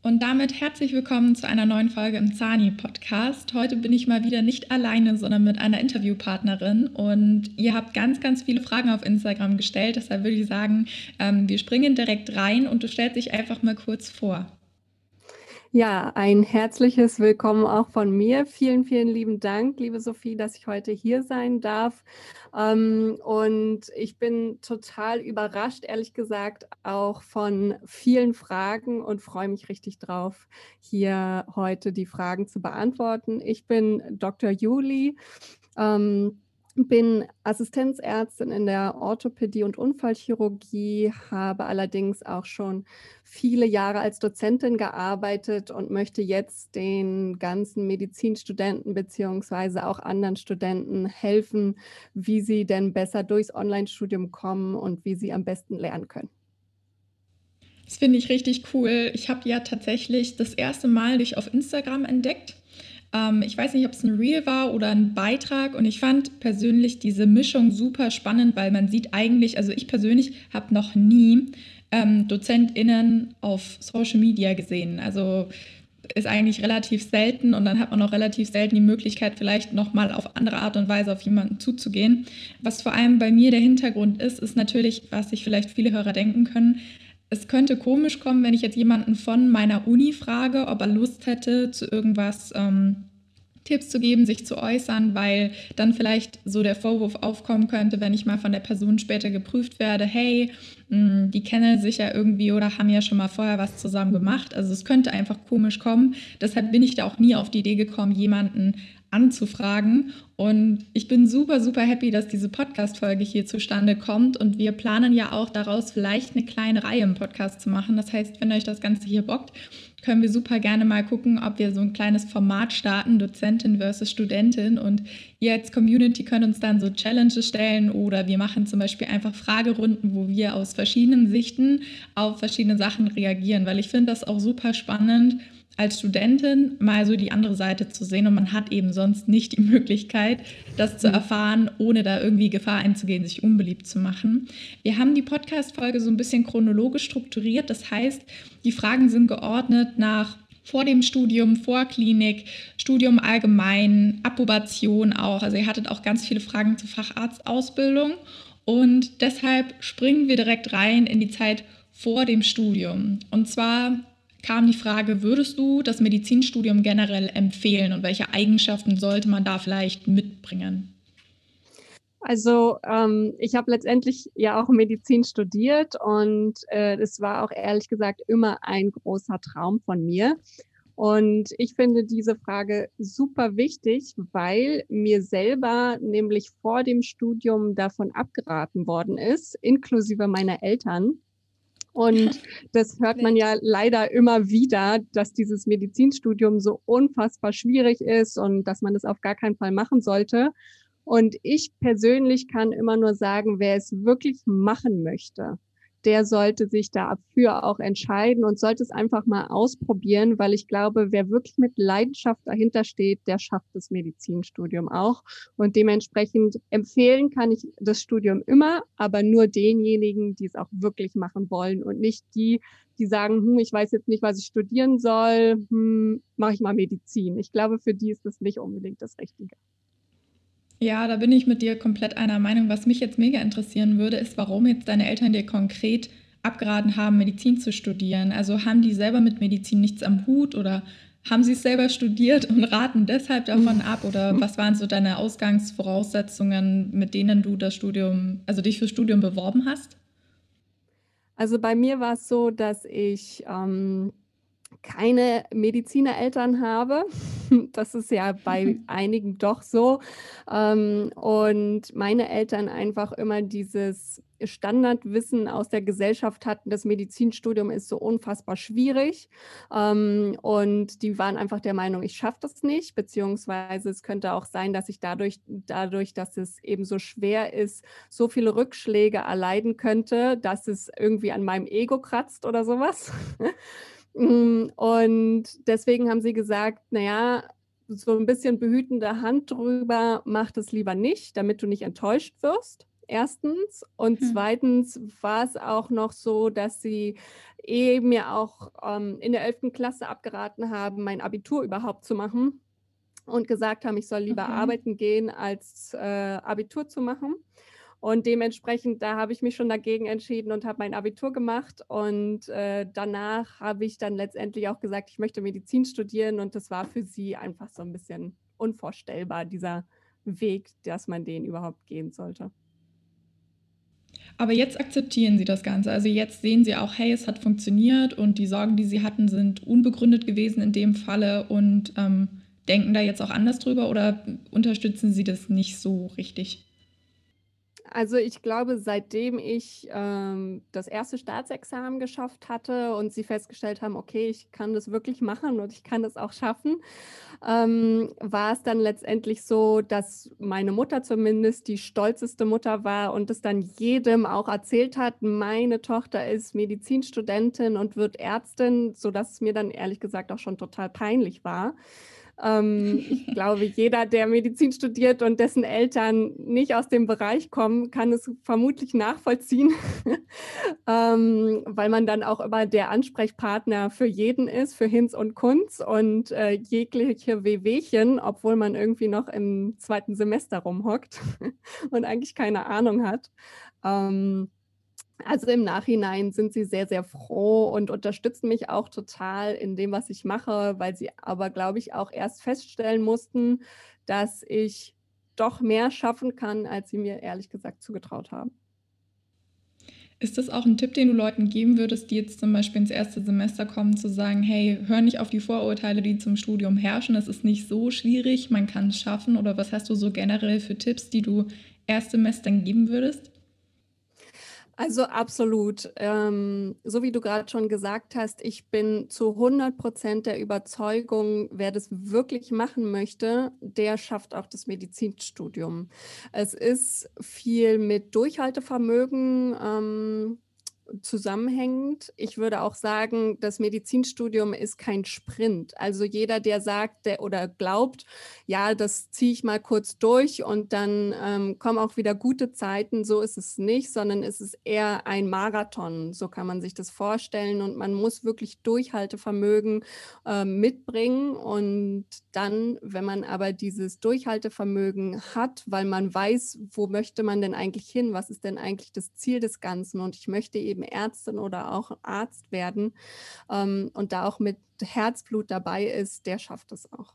Und damit herzlich willkommen zu einer neuen Folge im Zani-Podcast. Heute bin ich mal wieder nicht alleine, sondern mit einer Interviewpartnerin. Und ihr habt ganz, ganz viele Fragen auf Instagram gestellt. Deshalb würde ich sagen, wir springen direkt rein und du stellst dich einfach mal kurz vor. Ja, ein herzliches Willkommen auch von mir. Vielen, vielen lieben Dank, liebe Sophie, dass ich heute hier sein darf. Und ich bin total überrascht, ehrlich gesagt, auch von vielen Fragen und freue mich richtig drauf, hier heute die Fragen zu beantworten. Ich bin Dr. Juli. Bin Assistenzärztin in der Orthopädie und Unfallchirurgie, habe allerdings auch schon viele Jahre als Dozentin gearbeitet und möchte jetzt den ganzen Medizinstudenten beziehungsweise auch anderen Studenten helfen, wie sie denn besser durchs Online-Studium kommen und wie sie am besten lernen können. Das finde ich richtig cool. Ich habe ja tatsächlich das erste Mal dich auf Instagram entdeckt. Ich weiß nicht, ob es ein Reel war oder ein Beitrag und ich fand persönlich diese Mischung super spannend, weil man sieht eigentlich, also ich persönlich habe noch nie DozentInnen auf Social Media gesehen. Also ist eigentlich relativ selten und dann hat man auch relativ selten die Möglichkeit, vielleicht nochmal auf andere Art und Weise auf jemanden zuzugehen. Was vor allem bei mir der Hintergrund ist natürlich, was sich vielleicht viele Hörer denken können, es könnte komisch kommen, wenn ich jetzt jemanden von meiner Uni frage, ob er Lust hätte, zu irgendwas Tipps zu geben, sich zu äußern, weil dann vielleicht so der Vorwurf aufkommen könnte, wenn ich mal von der Person später geprüft werde, hey, die kennen sich ja irgendwie oder haben ja schon mal vorher was zusammen gemacht. Also es könnte einfach komisch kommen. Deshalb bin ich da auch nie auf die Idee gekommen, jemanden anzufragen. Und ich bin super, super happy, dass diese Podcast-Folge hier zustande kommt. Und wir planen ja auch daraus vielleicht eine kleine Reihe im Podcast zu machen. Das heißt, wenn euch das Ganze hier bockt, können wir super gerne mal gucken, ob wir so ein kleines Format starten, Dozentin versus Studentin. Und ihr als Community könnt uns dann so Challenges stellen oder wir machen zum Beispiel einfach Fragerunden, wo wir aus verschiedenen Sichten auf verschiedene Sachen reagieren. Weil ich finde das auch super spannend, als Studentin mal so die andere Seite zu sehen und man hat eben sonst nicht die Möglichkeit, das zu erfahren, ohne da irgendwie Gefahr einzugehen, sich unbeliebt zu machen. Wir haben die Podcast-Folge so ein bisschen chronologisch strukturiert, das heißt, die Fragen sind geordnet nach vor dem Studium, Vorklinik, Studium allgemein, Approbation auch. Also ihr hattet auch ganz viele Fragen zur Facharztausbildung und deshalb springen wir direkt rein in die Zeit vor dem Studium. Und zwar kam die Frage, würdest du das Medizinstudium generell empfehlen und welche Eigenschaften sollte man da vielleicht mitbringen? Also ich habe letztendlich ja auch Medizin studiert und es war auch ehrlich gesagt immer ein großer Traum von mir. Und ich finde diese Frage super wichtig, weil mir selber nämlich vor dem Studium davon abgeraten worden ist, inklusive meiner Eltern. Und das hört man ja leider immer wieder, dass dieses Medizinstudium so unfassbar schwierig ist und dass man das auf gar keinen Fall machen sollte. Und ich persönlich kann immer nur sagen, wer es wirklich machen möchte, der sollte sich dafür auch entscheiden und sollte es einfach mal ausprobieren, weil ich glaube, wer wirklich mit Leidenschaft dahinter steht, der schafft das Medizinstudium auch. Und dementsprechend empfehlen kann ich das Studium immer, aber nur denjenigen, die es auch wirklich machen wollen und nicht die, die sagen, ich weiß jetzt nicht, was ich studieren soll, mache ich mal Medizin. Ich glaube, für die ist das nicht unbedingt das Richtige. Ja, da bin ich mit dir komplett einer Meinung. Was mich jetzt mega interessieren würde, ist, warum jetzt deine Eltern dir konkret abgeraten haben, Medizin zu studieren. Also haben die selber mit Medizin nichts am Hut oder haben sie es selber studiert und raten deshalb davon ab? Oder was waren so deine Ausgangsvoraussetzungen, mit denen du das Studium, also dich fürs Studium beworben hast? Also bei mir war es so, dass ich keine Medizinereltern habe. Das ist ja bei einigen doch so. Und meine Eltern einfach immer dieses Standardwissen aus der Gesellschaft hatten, das Medizinstudium ist so unfassbar schwierig. Und die waren einfach der Meinung, ich schaffe das nicht, beziehungsweise es könnte auch sein, dass ich dadurch, dass es eben so schwer ist, so viele Rückschläge erleiden könnte, dass es irgendwie an meinem Ego kratzt oder sowas. Und deswegen haben sie gesagt, naja, so ein bisschen behütende Hand drüber, mach das lieber nicht, damit du nicht enttäuscht wirst. erstens. Und Hm. zweitens war es auch noch so, dass sie mir auch in der 11. Klasse abgeraten haben, mein Abitur überhaupt zu machen und gesagt haben, ich soll lieber Okay. arbeiten gehen, als Abitur zu machen. Und dementsprechend, da habe ich mich schon dagegen entschieden und habe mein Abitur gemacht. Und danach habe ich dann letztendlich auch gesagt, ich möchte Medizin studieren. Und das war für sie einfach so ein bisschen unvorstellbar, dieser Weg, dass man den überhaupt gehen sollte. Aber jetzt akzeptieren Sie das Ganze. Also jetzt sehen Sie auch, hey, es hat funktioniert und die Sorgen, die Sie hatten, sind unbegründet gewesen in dem Falle und denken da jetzt auch anders drüber oder unterstützen Sie das nicht so richtig? Also, ich glaube, seitdem ich das erste Staatsexamen geschafft hatte und sie festgestellt haben: „Okay, ich kann das wirklich machen und ich kann das auch schaffen“, war es dann letztendlich so, dass meine Mutter zumindest die stolzeste Mutter war und es dann jedem auch erzählt hat: „Meine Tochter ist Medizinstudentin und wird Ärztin“, sodass es mir dann ehrlich gesagt auch schon total peinlich war. Ich glaube, jeder, der Medizin studiert und dessen Eltern nicht aus dem Bereich kommen, kann es vermutlich nachvollziehen, weil man dann auch immer der Ansprechpartner für jeden ist, für Hinz und Kunz und jegliche Wehwehchen, obwohl man irgendwie noch im zweiten Semester rumhockt und eigentlich keine Ahnung hat. Ähm, also im Nachhinein sind sie sehr, sehr froh und unterstützen mich auch total in dem, was ich mache, weil sie aber, glaube ich, auch erst feststellen mussten, dass ich doch mehr schaffen kann, als sie mir ehrlich gesagt zugetraut haben. Ist das auch ein Tipp, den du Leuten geben würdest, die jetzt zum Beispiel ins erste Semester kommen, zu sagen, hey, hör nicht auf die Vorurteile, die zum Studium herrschen, es ist nicht so schwierig, man kann es schaffen? Oder was hast du so generell für Tipps, die du Erstsemestern geben würdest? Also absolut. So wie du gerade schon gesagt hast, ich bin zu 100% der Überzeugung, wer das wirklich machen möchte, der schafft auch das Medizinstudium. Es ist viel mit Durchhaltevermögen zusammenhängend. Ich würde auch sagen, das Medizinstudium ist kein Sprint. Also jeder, der sagt oder glaubt, ja, das ziehe ich mal kurz durch und dann kommen auch wieder gute Zeiten. So ist es nicht, sondern es ist eher ein Marathon. So kann man sich das vorstellen und man muss wirklich Durchhaltevermögen mitbringen. Und dann, wenn man aber dieses Durchhaltevermögen hat, weil man weiß, wo möchte man denn eigentlich hin, was ist denn eigentlich das Ziel des Ganzen und ich möchte eben Ärztin oder auch Arzt werden und da auch mit Herzblut dabei ist, der schafft es auch.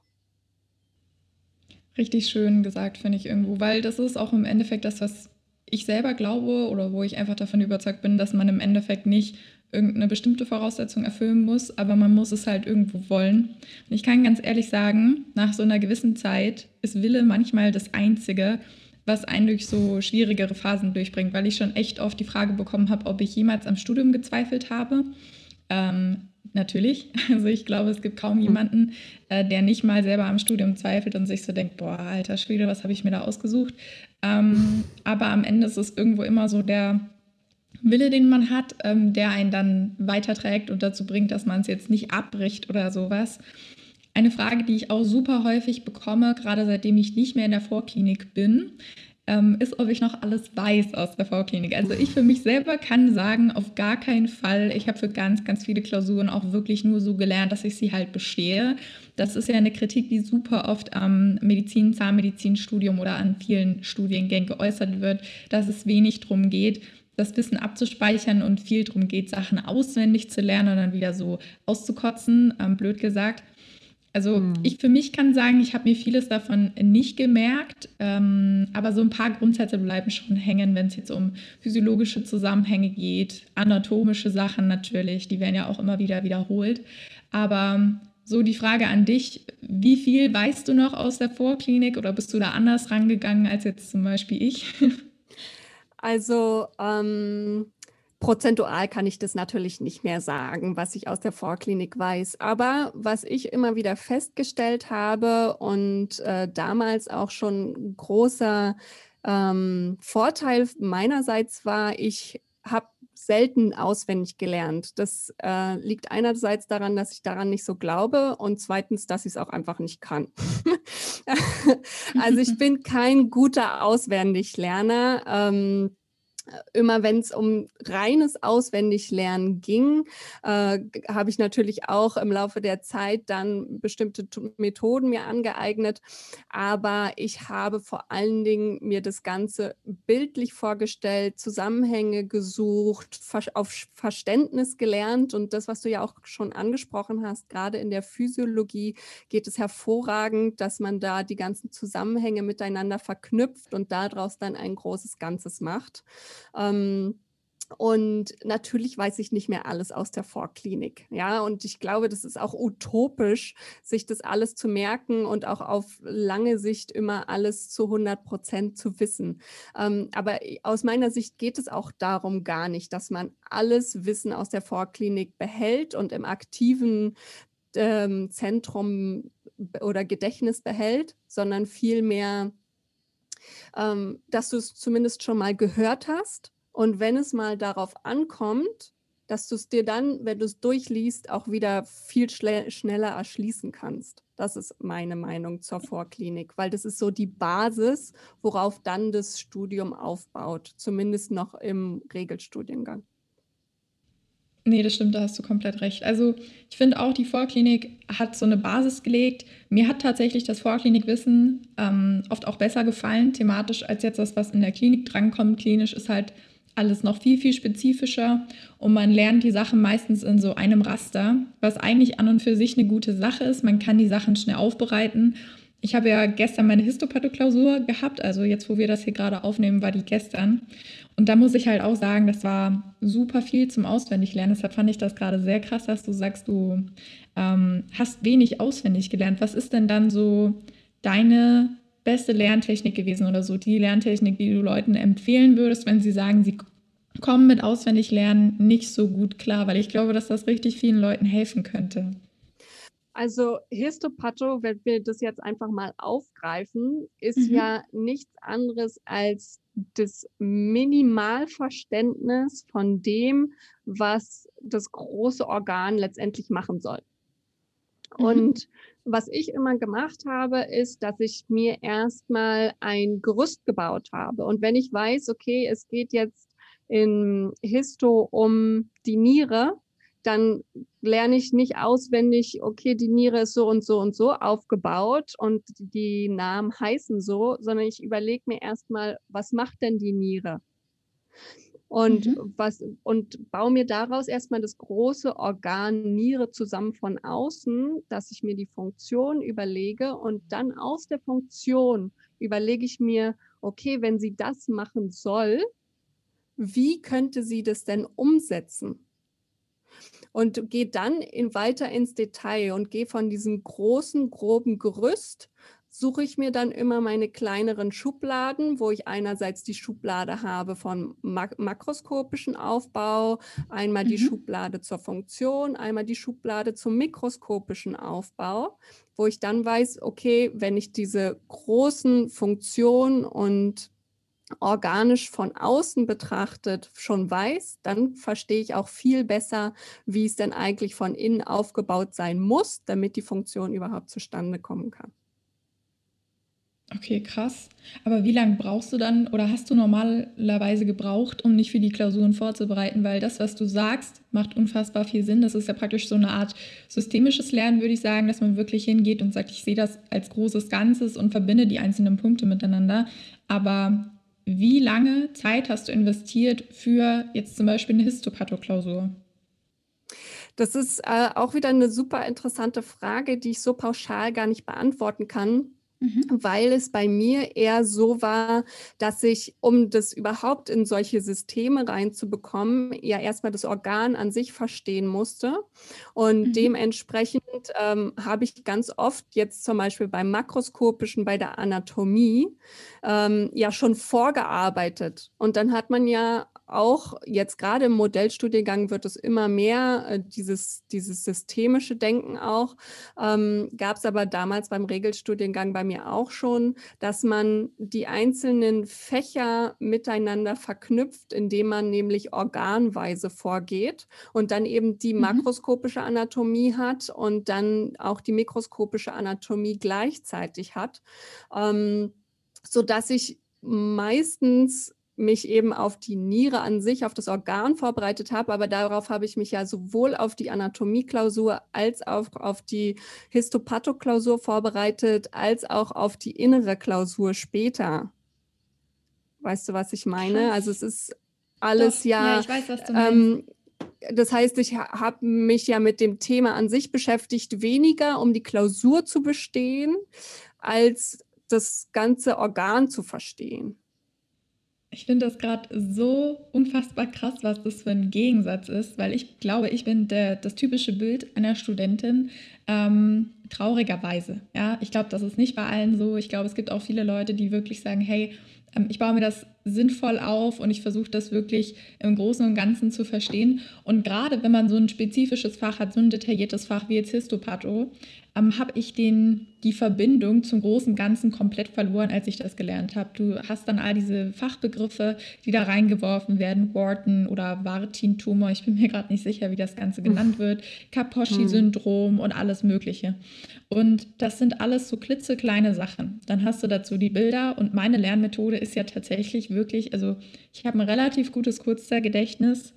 Richtig schön gesagt, finde ich irgendwo, weil das ist auch im Endeffekt das, was ich selber glaube oder wo ich einfach davon überzeugt bin, dass man im Endeffekt nicht irgendeine bestimmte Voraussetzung erfüllen muss, aber man muss es halt irgendwo wollen. Und ich kann ganz ehrlich sagen, nach so einer gewissen Zeit ist Wille manchmal das Einzige, was einen durch so schwierigere Phasen durchbringt, weil ich schon echt oft die Frage bekommen habe, ob ich jemals am Studium gezweifelt habe. Natürlich. Also ich glaube, es gibt kaum jemanden, der nicht mal selber am Studium zweifelt und sich so denkt, boah, alter Schwede, was habe ich mir da ausgesucht? Aber am Ende ist es irgendwo immer so der Wille, den man hat, der einen dann weiterträgt und dazu bringt, dass man es jetzt nicht abbricht oder sowas. Eine Frage, die ich auch super häufig bekomme, gerade seitdem ich nicht mehr in der Vorklinik bin, ist, ob ich noch alles weiß aus der Vorklinik. Also ich für mich selber kann sagen, auf gar keinen Fall. Ich habe für ganz, ganz viele Klausuren auch wirklich nur so gelernt, dass ich sie halt bestehe. Das ist ja eine Kritik, die super oft am Zahnmedizinstudium oder an vielen Studiengängen geäußert wird, dass es wenig darum geht, das Wissen abzuspeichern und viel darum geht, Sachen auswendig zu lernen und dann wieder so auszukotzen, blöd gesagt. Also Hm. ich für mich kann sagen, ich habe mir vieles davon nicht gemerkt, aber so ein paar Grundsätze bleiben schon hängen, wenn es jetzt um physiologische Zusammenhänge geht, anatomische Sachen natürlich, die werden ja auch immer wieder wiederholt. Aber so die Frage an dich, wie viel weißt du noch aus der Vorklinik oder bist du da anders rangegangen als jetzt zum Beispiel ich? Also prozentual kann ich das natürlich nicht mehr sagen, was ich aus der Vorklinik weiß. Aber was ich immer wieder festgestellt habe und damals auch schon ein großer Vorteil meinerseits war, ich habe selten auswendig gelernt. Das liegt einerseits daran, dass ich daran nicht so glaube und zweitens, dass ich es auch einfach nicht kann. Also ich bin kein guter Auswendiglerner. Immer wenn es um reines Auswendiglernen ging, habe ich natürlich auch im Laufe der Zeit dann bestimmte Methoden mir angeeignet. Aber ich habe vor allen Dingen mir das Ganze bildlich vorgestellt, Zusammenhänge gesucht, auf Verständnis gelernt. Und das, was du ja auch schon angesprochen hast, gerade in der Physiologie geht es hervorragend, dass man da die ganzen Zusammenhänge miteinander verknüpft und daraus dann ein großes Ganzes macht. Und natürlich weiß ich nicht mehr alles aus der Vorklinik. Ja, und ich glaube, das ist auch utopisch, sich das alles zu merken und auch auf lange Sicht immer alles zu 100% zu wissen. Aber aus meiner Sicht geht es auch darum gar nicht, dass man alles Wissen aus der Vorklinik behält und im aktiven Zentrum oder Gedächtnis behält, sondern vielmehr, dass du es zumindest schon mal gehört hast und wenn es mal darauf ankommt, dass du es dir dann, wenn du es durchliest, auch wieder viel schneller erschließen kannst. Das ist meine Meinung zur Vorklinik, weil das ist so die Basis, worauf dann das Studium aufbaut, zumindest noch im Regelstudiengang. Nee, das stimmt, da hast du komplett recht. Also ich finde auch, die Vorklinik hat so eine Basis gelegt. Mir hat tatsächlich das Vorklinikwissen oft auch besser gefallen, thematisch, als jetzt das, was in der Klinik drankommt. Klinisch ist halt alles noch viel, viel spezifischer und man lernt die Sachen meistens in so einem Raster, was eigentlich an und für sich eine gute Sache ist. Man kann die Sachen schnell aufbereiten. Ich habe ja gestern meine Histopathoklausur gehabt, also jetzt, wo wir das hier gerade aufnehmen, war die gestern. Und da muss ich halt auch sagen, das war super viel zum Auswendiglernen. Deshalb fand ich das gerade sehr krass, dass du sagst, du hast wenig auswendig gelernt. Was ist denn dann so deine beste Lerntechnik gewesen oder so die Lerntechnik, die du Leuten empfehlen würdest, wenn sie sagen, sie kommen mit Auswendiglernen nicht so gut klar? Weil ich glaube, dass das richtig vielen Leuten helfen könnte. Also Histopatho, wenn wir das jetzt einfach mal aufgreifen, ist ja nichts anderes als das Minimalverständnis von dem, was das große Organ letztendlich machen soll. Und was ich immer gemacht habe, ist, dass ich mir erstmal ein Gerüst gebaut habe. Und wenn ich weiß, okay, es geht jetzt in Histo um die Niere, dann lerne ich nicht auswendig, okay, die Niere ist so und so und so aufgebaut und die Namen heißen so, sondern ich überlege mir erstmal, was macht denn die Niere? Und baue mir daraus erstmal das große Organ Niere zusammen von außen, dass ich mir die Funktion überlege und dann aus der Funktion überlege ich mir, okay, wenn sie das machen soll, wie könnte sie das denn umsetzen? Und gehe dann weiter ins Detail und gehe von diesem großen, groben Gerüst, suche ich mir dann immer meine kleineren Schubladen, wo ich einerseits die Schublade habe von makroskopischen Aufbau, einmal die Schublade zur Funktion, einmal die Schublade zum mikroskopischen Aufbau, wo ich dann weiß, okay, wenn ich diese großen Funktionen und organisch von außen betrachtet schon weiß, dann verstehe ich auch viel besser, wie es denn eigentlich von innen aufgebaut sein muss, damit die Funktion überhaupt zustande kommen kann. Okay, krass. Aber wie lange brauchst du dann oder hast du normalerweise gebraucht, um dich für die Klausuren vorzubereiten? Weil das, was du sagst, macht unfassbar viel Sinn. Das ist ja praktisch so eine Art systemisches Lernen, würde ich sagen, dass man wirklich hingeht und sagt, ich sehe das als großes Ganzes und verbinde die einzelnen Punkte miteinander. Aber wie lange Zeit hast du investiert für jetzt zum Beispiel eine Histopathoklausur? Das ist auch wieder eine super interessante Frage, die ich so pauschal gar nicht beantworten kann, weil es bei mir eher so war, dass ich, um das überhaupt in solche Systeme reinzubekommen, ja erstmal das Organ an sich verstehen musste. Und dementsprechend habe ich ganz oft jetzt zum Beispiel beim Makroskopischen, bei der Anatomie, ja schon vorgearbeitet. Und dann hat man ja auch jetzt gerade im Modellstudiengang wird es immer mehr, dieses systemische Denken auch. Gab es aber damals beim Regelstudiengang bei mir auch schon, dass man die einzelnen Fächer miteinander verknüpft, indem man nämlich organweise vorgeht und dann eben die Mhm. makroskopische Anatomie hat und dann auch die mikroskopische Anatomie gleichzeitig hat, sodass ich meistens mich eben auf die Niere an sich, auf das Organ vorbereitet habe, aber darauf habe ich mich ja sowohl auf die Anatomieklausur als auch auf die Histopathoklausur vorbereitet, als auch auf die innere Klausur später. Weißt du, was ich meine? Also es Krass. ist Doch, alles ja, ja, ich weiß, was du meinst. ähm, das heißt, ich habe mich ja mit dem Thema an sich beschäftigt, weniger um die Klausur zu bestehen, als das ganze Organ zu verstehen. Ich finde das gerade so unfassbar krass, was das für ein Gegensatz ist, weil ich glaube, ich bin das typische Bild einer Studentin, traurigerweise. Ja, ich glaube, das ist nicht bei allen so. Ich glaube, es gibt auch viele Leute, die wirklich sagen, hey, ich baue mir das sinnvoll auf und ich versuche das wirklich im Großen und Ganzen zu verstehen. Und gerade wenn man so ein spezifisches Fach hat, so ein detailliertes Fach wie jetzt Histopatho, habe ich die Verbindung zum großen Ganzen komplett verloren, als ich das gelernt habe. Du hast dann all diese Fachbegriffe, die da reingeworfen werden, Wharton oder Warthin-Tumor, ich bin mir gerade nicht sicher, wie das Ganze genannt wird, Hm. Kaposi-Syndrom und alles Mögliche. Und das sind alles so klitzekleine Sachen. Dann hast du dazu die Bilder und meine Lernmethode ist ja tatsächlich wirklich, also ich habe ein relativ gutes Kurzzeitgedächtnis,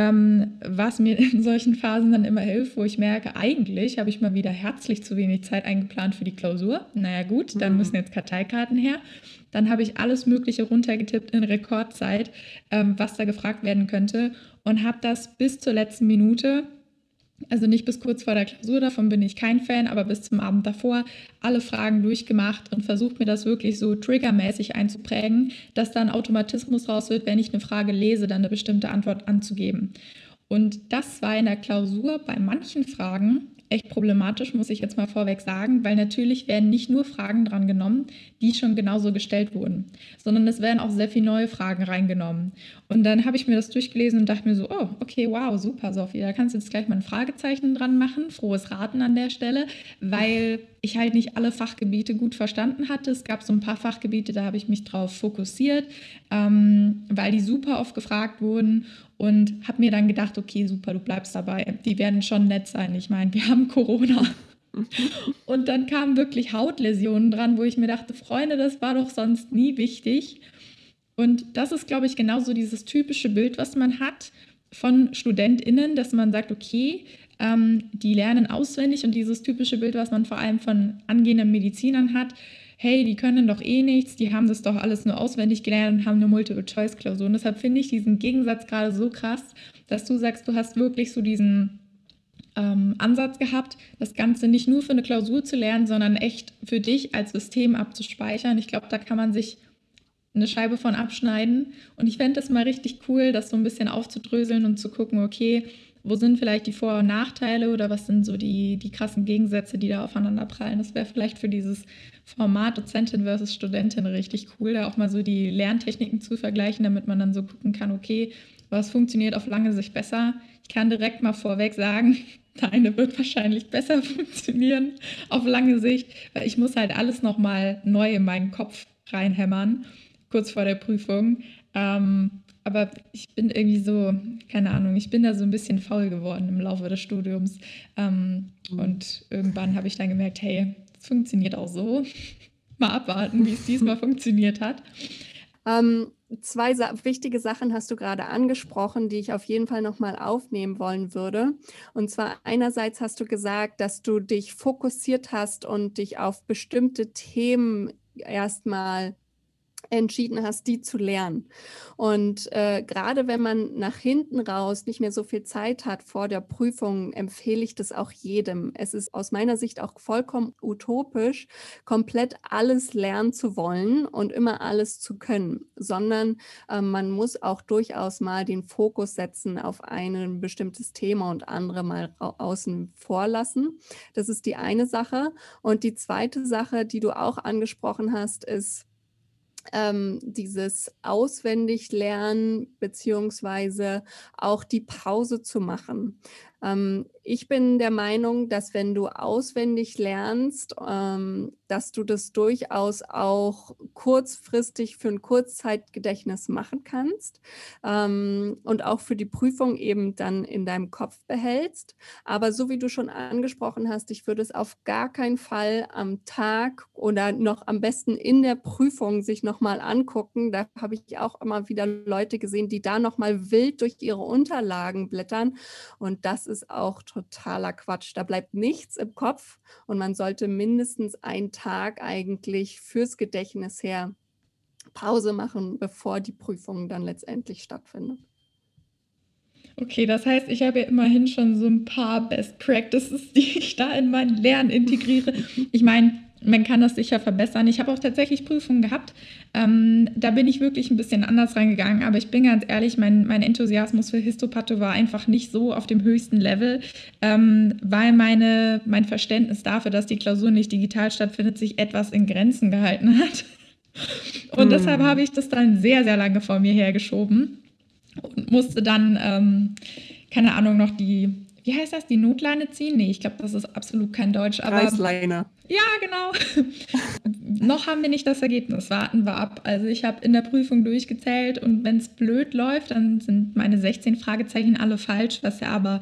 was mir in solchen Phasen dann immer hilft, wo ich merke, eigentlich habe ich mal wieder herzlich zu wenig Zeit eingeplant für die Klausur. Naja gut, dann müssen Hm. jetzt Karteikarten her. Dann habe ich alles Mögliche runtergetippt in Rekordzeit, was da gefragt werden könnte und habe das bis zur letzten Minute, also nicht bis kurz vor der Klausur, davon bin ich kein Fan, aber bis zum Abend davor alle Fragen durchgemacht und versucht mir das wirklich so triggermäßig einzuprägen, dass da ein Automatismus raus wird, wenn ich eine Frage lese, dann eine bestimmte Antwort anzugeben. Und das war in der Klausur bei manchen Fragen echt problematisch, muss ich jetzt mal vorweg sagen, weil natürlich werden nicht nur Fragen dran genommen, die schon genauso gestellt wurden, sondern es werden auch sehr viele neue Fragen reingenommen. Und dann habe ich mir das durchgelesen und dachte mir so, oh, okay, wow, super, Sophie, da kannst du jetzt gleich mal ein Fragezeichen dran machen, frohes Raten an der Stelle, weil ich halt nicht alle Fachgebiete gut verstanden hatte. Es gab so ein paar Fachgebiete, da habe ich mich drauf fokussiert, weil die super oft gefragt wurden und habe mir dann gedacht, okay, super, du bleibst dabei. Die werden schon nett sein. Ich meine, wir haben Corona. Und dann kamen wirklich Hautläsionen dran, wo ich mir dachte, Freunde, das war doch sonst nie wichtig. Und das ist, glaube ich, genauso dieses typische Bild, was man hat von StudentInnen, dass man sagt, okay, die lernen auswendig und dieses typische Bild, was man vor allem von angehenden Medizinern hat, hey, die können doch eh nichts, die haben das doch alles nur auswendig gelernt und haben eine Multiple-Choice-Klausur. Und deshalb finde ich diesen Gegensatz gerade so krass, dass du sagst, du hast wirklich so diesen Ansatz gehabt, das Ganze nicht nur für eine Klausur zu lernen, sondern echt für dich als System abzuspeichern. Ich glaube, da kann man sich eine Scheibe von abschneiden. Und ich fände das mal richtig cool, das so ein bisschen aufzudröseln und zu gucken, okay, wo sind vielleicht die Vor- und Nachteile oder was sind so die krassen Gegensätze, die da aufeinander prallen. Das wäre vielleicht für dieses Format Dozentin versus Studentin richtig cool, da auch mal so die Lerntechniken zu vergleichen, damit man dann so gucken kann, okay, was funktioniert auf lange Sicht besser. Ich kann direkt mal vorweg sagen, deine wird wahrscheinlich besser funktionieren auf lange Sicht, weil ich muss halt alles nochmal neu in meinen Kopf reinhämmern kurz vor der Prüfung. Aber ich bin irgendwie so, keine Ahnung, ich bin da so ein bisschen faul geworden im Laufe des Studiums. Und irgendwann habe ich dann gemerkt, hey, es funktioniert auch so. Mal abwarten, wie es diesmal funktioniert hat. Zwei wichtige Sachen hast du gerade angesprochen, die ich auf jeden Fall nochmal aufnehmen wollen würde. Und zwar einerseits hast du gesagt, dass du dich fokussiert hast und dich auf bestimmte Themen erstmal entschieden hast, die zu lernen. Und gerade wenn man nach hinten raus nicht mehr so viel Zeit hat vor der Prüfung, empfehle ich das auch jedem. Es ist aus meiner Sicht auch vollkommen utopisch, komplett alles lernen zu wollen und immer alles zu können, sondern man muss auch durchaus mal den Fokus setzen auf ein bestimmtes Thema und andere mal außen vor lassen. Das ist die eine Sache. Und die zweite Sache, die du auch angesprochen hast, ist, dieses Auswendiglernen beziehungsweise auch die Pause zu machen. Ich bin der Meinung, dass wenn du auswendig lernst, dass du das durchaus auch kurzfristig für ein Kurzzeitgedächtnis machen kannst, und auch für die Prüfung eben dann in deinem Kopf behältst. Aber so wie du schon angesprochen hast, ich würde es auf gar keinen Fall am Tag oder noch am besten in der Prüfung sich nochmal angucken. Da habe ich auch immer wieder Leute gesehen, die da nochmal wild durch ihre Unterlagen blättern. Und das ist auch totaler Quatsch. Da bleibt nichts im Kopf und man sollte mindestens einen Tag eigentlich fürs Gedächtnis her Pause machen, bevor die Prüfung dann letztendlich stattfindet. Okay, das heißt, ich habe ja immerhin schon so ein paar Best Practices, die ich da in mein Lernen integriere. Ich meine, man kann das sicher verbessern. Ich habe auch tatsächlich Prüfungen gehabt. Da bin ich wirklich ein bisschen anders reingegangen. Aber ich bin ganz ehrlich, mein Enthusiasmus für Histopatho war einfach nicht so auf dem höchsten Level, weil mein Verständnis dafür, dass die Klausur nicht digital stattfindet, sich etwas in Grenzen gehalten hat. Und deshalb habe ich das dann sehr, sehr lange vor mir hergeschoben und musste dann, keine Ahnung, noch wie heißt das, die Notleine ziehen? Nee, ich glaube, das ist absolut kein Deutsch, aber Reißleine. ja, genau. Noch haben wir nicht das Ergebnis, warten wir ab. Also ich habe in der Prüfung durchgezählt und wenn es blöd läuft, dann sind meine 16 Fragezeichen alle falsch, was ja aber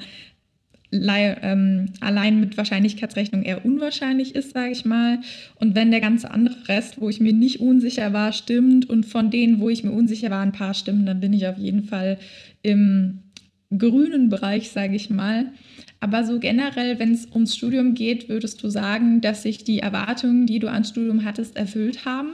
allein mit Wahrscheinlichkeitsrechnung eher unwahrscheinlich ist, sage ich mal. Und wenn der ganze andere Rest, wo ich mir nicht unsicher war, stimmt und von denen, wo ich mir unsicher war, ein paar stimmen, dann bin ich auf jeden Fall im grünen Bereich, sage ich mal. Aber so generell, wenn es ums Studium geht, würdest du sagen, dass sich die Erwartungen, die du ans Studium hattest, erfüllt haben?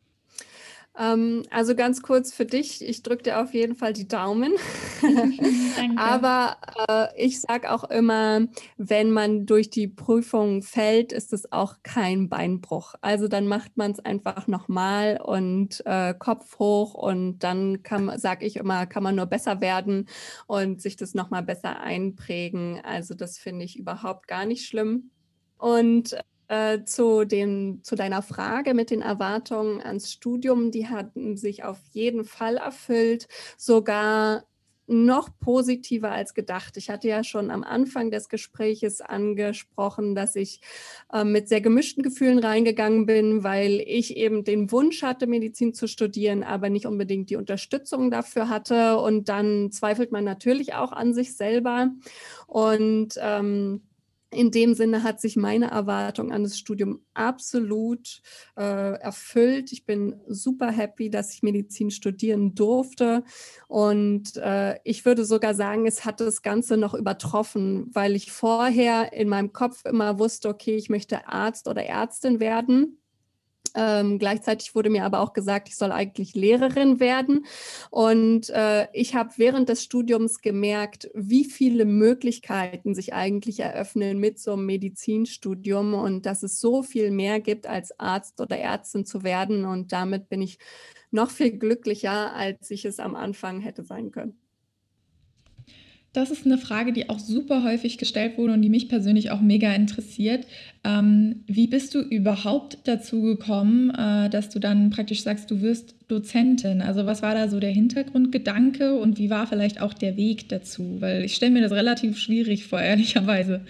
Also ganz kurz für dich, ich drücke dir auf jeden Fall die Daumen. Danke. Aber ich sage auch immer, wenn man durch die Prüfung fällt, ist es auch kein Beinbruch. Also dann macht man es einfach nochmal und Kopf hoch und dann sage ich immer, kann man nur besser werden und sich das nochmal besser einprägen. Also das finde ich überhaupt gar nicht schlimm. Und zu deiner Frage mit den Erwartungen ans Studium, die hatten sich auf jeden Fall erfüllt, sogar noch positiver als gedacht. Ich hatte ja schon am Anfang des Gespräches angesprochen, dass ich mit sehr gemischten Gefühlen reingegangen bin, weil ich eben den Wunsch hatte, Medizin zu studieren, aber nicht unbedingt die Unterstützung dafür hatte. Und dann zweifelt man natürlich auch an sich selber. Und in dem Sinne hat sich meine Erwartung an das Studium absolut erfüllt. Ich bin super happy, dass ich Medizin studieren durfte. Und ich würde sogar sagen, es hat das Ganze noch übertroffen, weil ich vorher in meinem Kopf immer wusste, okay, ich möchte Arzt oder Ärztin werden. Gleichzeitig wurde mir aber auch gesagt, ich soll eigentlich Lehrerin werden. Und ich habe während des Studiums gemerkt, wie viele Möglichkeiten sich eigentlich eröffnen mit so einem Medizinstudium und dass es so viel mehr gibt, als Arzt oder Ärztin zu werden. Und damit bin ich noch viel glücklicher, als ich es am Anfang hätte sein können. Das ist eine Frage, die auch super häufig gestellt wurde und die mich persönlich auch mega interessiert. Wie bist du überhaupt dazu gekommen, dass du dann praktisch sagst, du wirst Dozentin? Also was war da so der Hintergrundgedanke und wie war vielleicht auch der Weg dazu? Weil ich stelle mir das relativ schwierig vor, ehrlicherweise.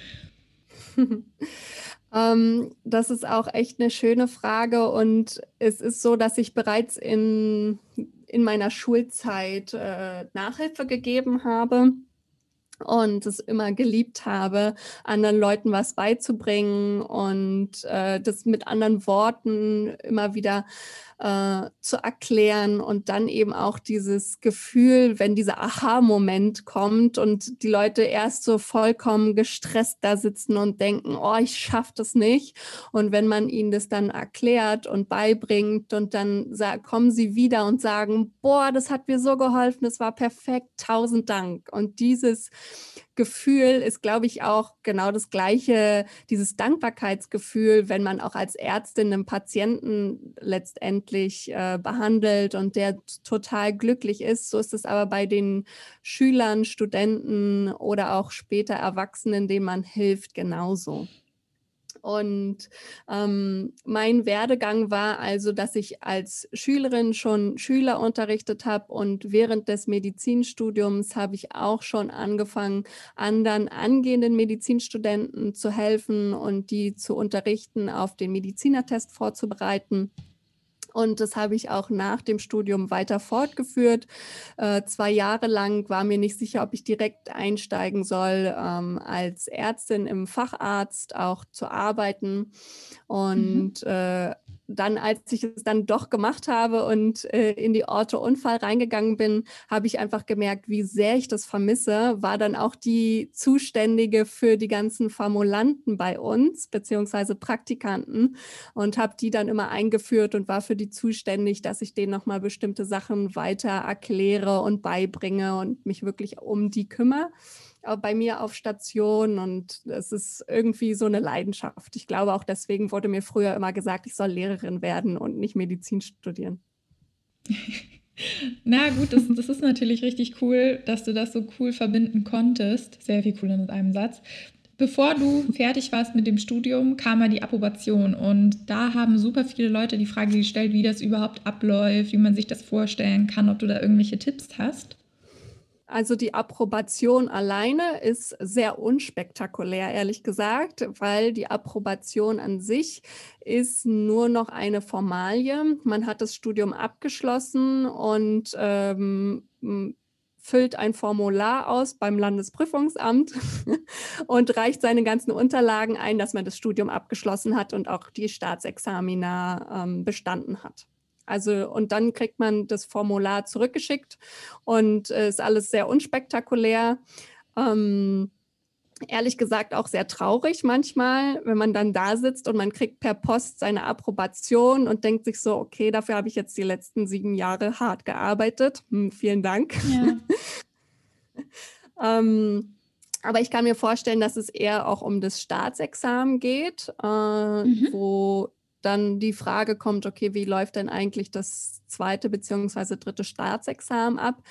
Das ist auch echt eine schöne Frage und es ist so, dass ich bereits in meiner Schulzeit Nachhilfe gegeben habe und es immer geliebt habe, anderen Leuten was beizubringen und das mit anderen Worten immer wieder zu erklären und dann eben auch dieses Gefühl, wenn dieser Aha-Moment kommt und die Leute erst so vollkommen gestresst da sitzen und denken, oh, ich schaffe das nicht. Und wenn man ihnen das dann erklärt und beibringt und dann kommen sie wieder und sagen, boah, das hat mir so geholfen, das war perfekt, tausend Dank. Und dieses Gefühl ist, glaube ich, auch genau das gleiche, dieses Dankbarkeitsgefühl, wenn man auch als Ärztin einen Patienten letztendlich behandelt und der total glücklich ist. So ist es aber bei den Schülern, Studenten oder auch später Erwachsenen, denen man hilft, genauso. Und mein Werdegang war also, dass ich als Schülerin schon Schüler unterrichtet habe, und während des Medizinstudiums habe ich auch schon angefangen, anderen angehenden Medizinstudenten zu helfen und die zu unterrichten, auf den Medizinertest vorzubereiten. Und das habe ich auch nach dem Studium weiter fortgeführt. 2 Jahre lang war mir nicht sicher, ob ich direkt einsteigen soll, als Ärztin im Facharzt auch zu arbeiten. Mhm. Und dann, als ich es dann doch gemacht habe und in die Ortho-Unfall reingegangen bin, habe ich einfach gemerkt, wie sehr ich das vermisse. War dann auch die Zuständige für die ganzen Formulanten bei uns, beziehungsweise Praktikanten, und habe die dann immer eingeführt und war für die zuständig, dass ich denen nochmal bestimmte Sachen weiter erkläre und beibringe und mich wirklich um die kümmere bei mir auf Station, und es ist irgendwie so eine Leidenschaft. Ich glaube, auch deswegen wurde mir früher immer gesagt, ich soll Lehrerin werden und nicht Medizin studieren. Na gut, das ist natürlich richtig cool, dass du das so cool verbinden konntest. Sehr viel cooler mit einem Satz. Bevor du fertig warst mit dem Studium, kam ja die Approbation. Und da haben super viele Leute die Frage gestellt, wie das überhaupt abläuft, wie man sich das vorstellen kann, ob du da irgendwelche Tipps hast. Also die Approbation alleine ist sehr unspektakulär, ehrlich gesagt, weil die Approbation an sich ist nur noch eine Formalie. Man hat das Studium abgeschlossen und füllt ein Formular aus beim Landesprüfungsamt und reicht seine ganzen Unterlagen ein, dass man das Studium abgeschlossen hat und auch die Staatsexamina bestanden hat. Also, und dann kriegt man das Formular zurückgeschickt und ist alles sehr unspektakulär. Ähm, Ehrlich gesagt auch sehr traurig manchmal, wenn man dann da sitzt und man kriegt per Post seine Approbation und denkt sich so, okay, dafür habe ich jetzt die letzten 7 Jahre hart gearbeitet. Vielen Dank. Ja. Aber ich kann mir vorstellen, dass es eher auch um das Staatsexamen geht, Mhm. wo dann die Frage kommt, okay, wie läuft denn eigentlich das zweite beziehungsweise dritte Staatsexamen ab?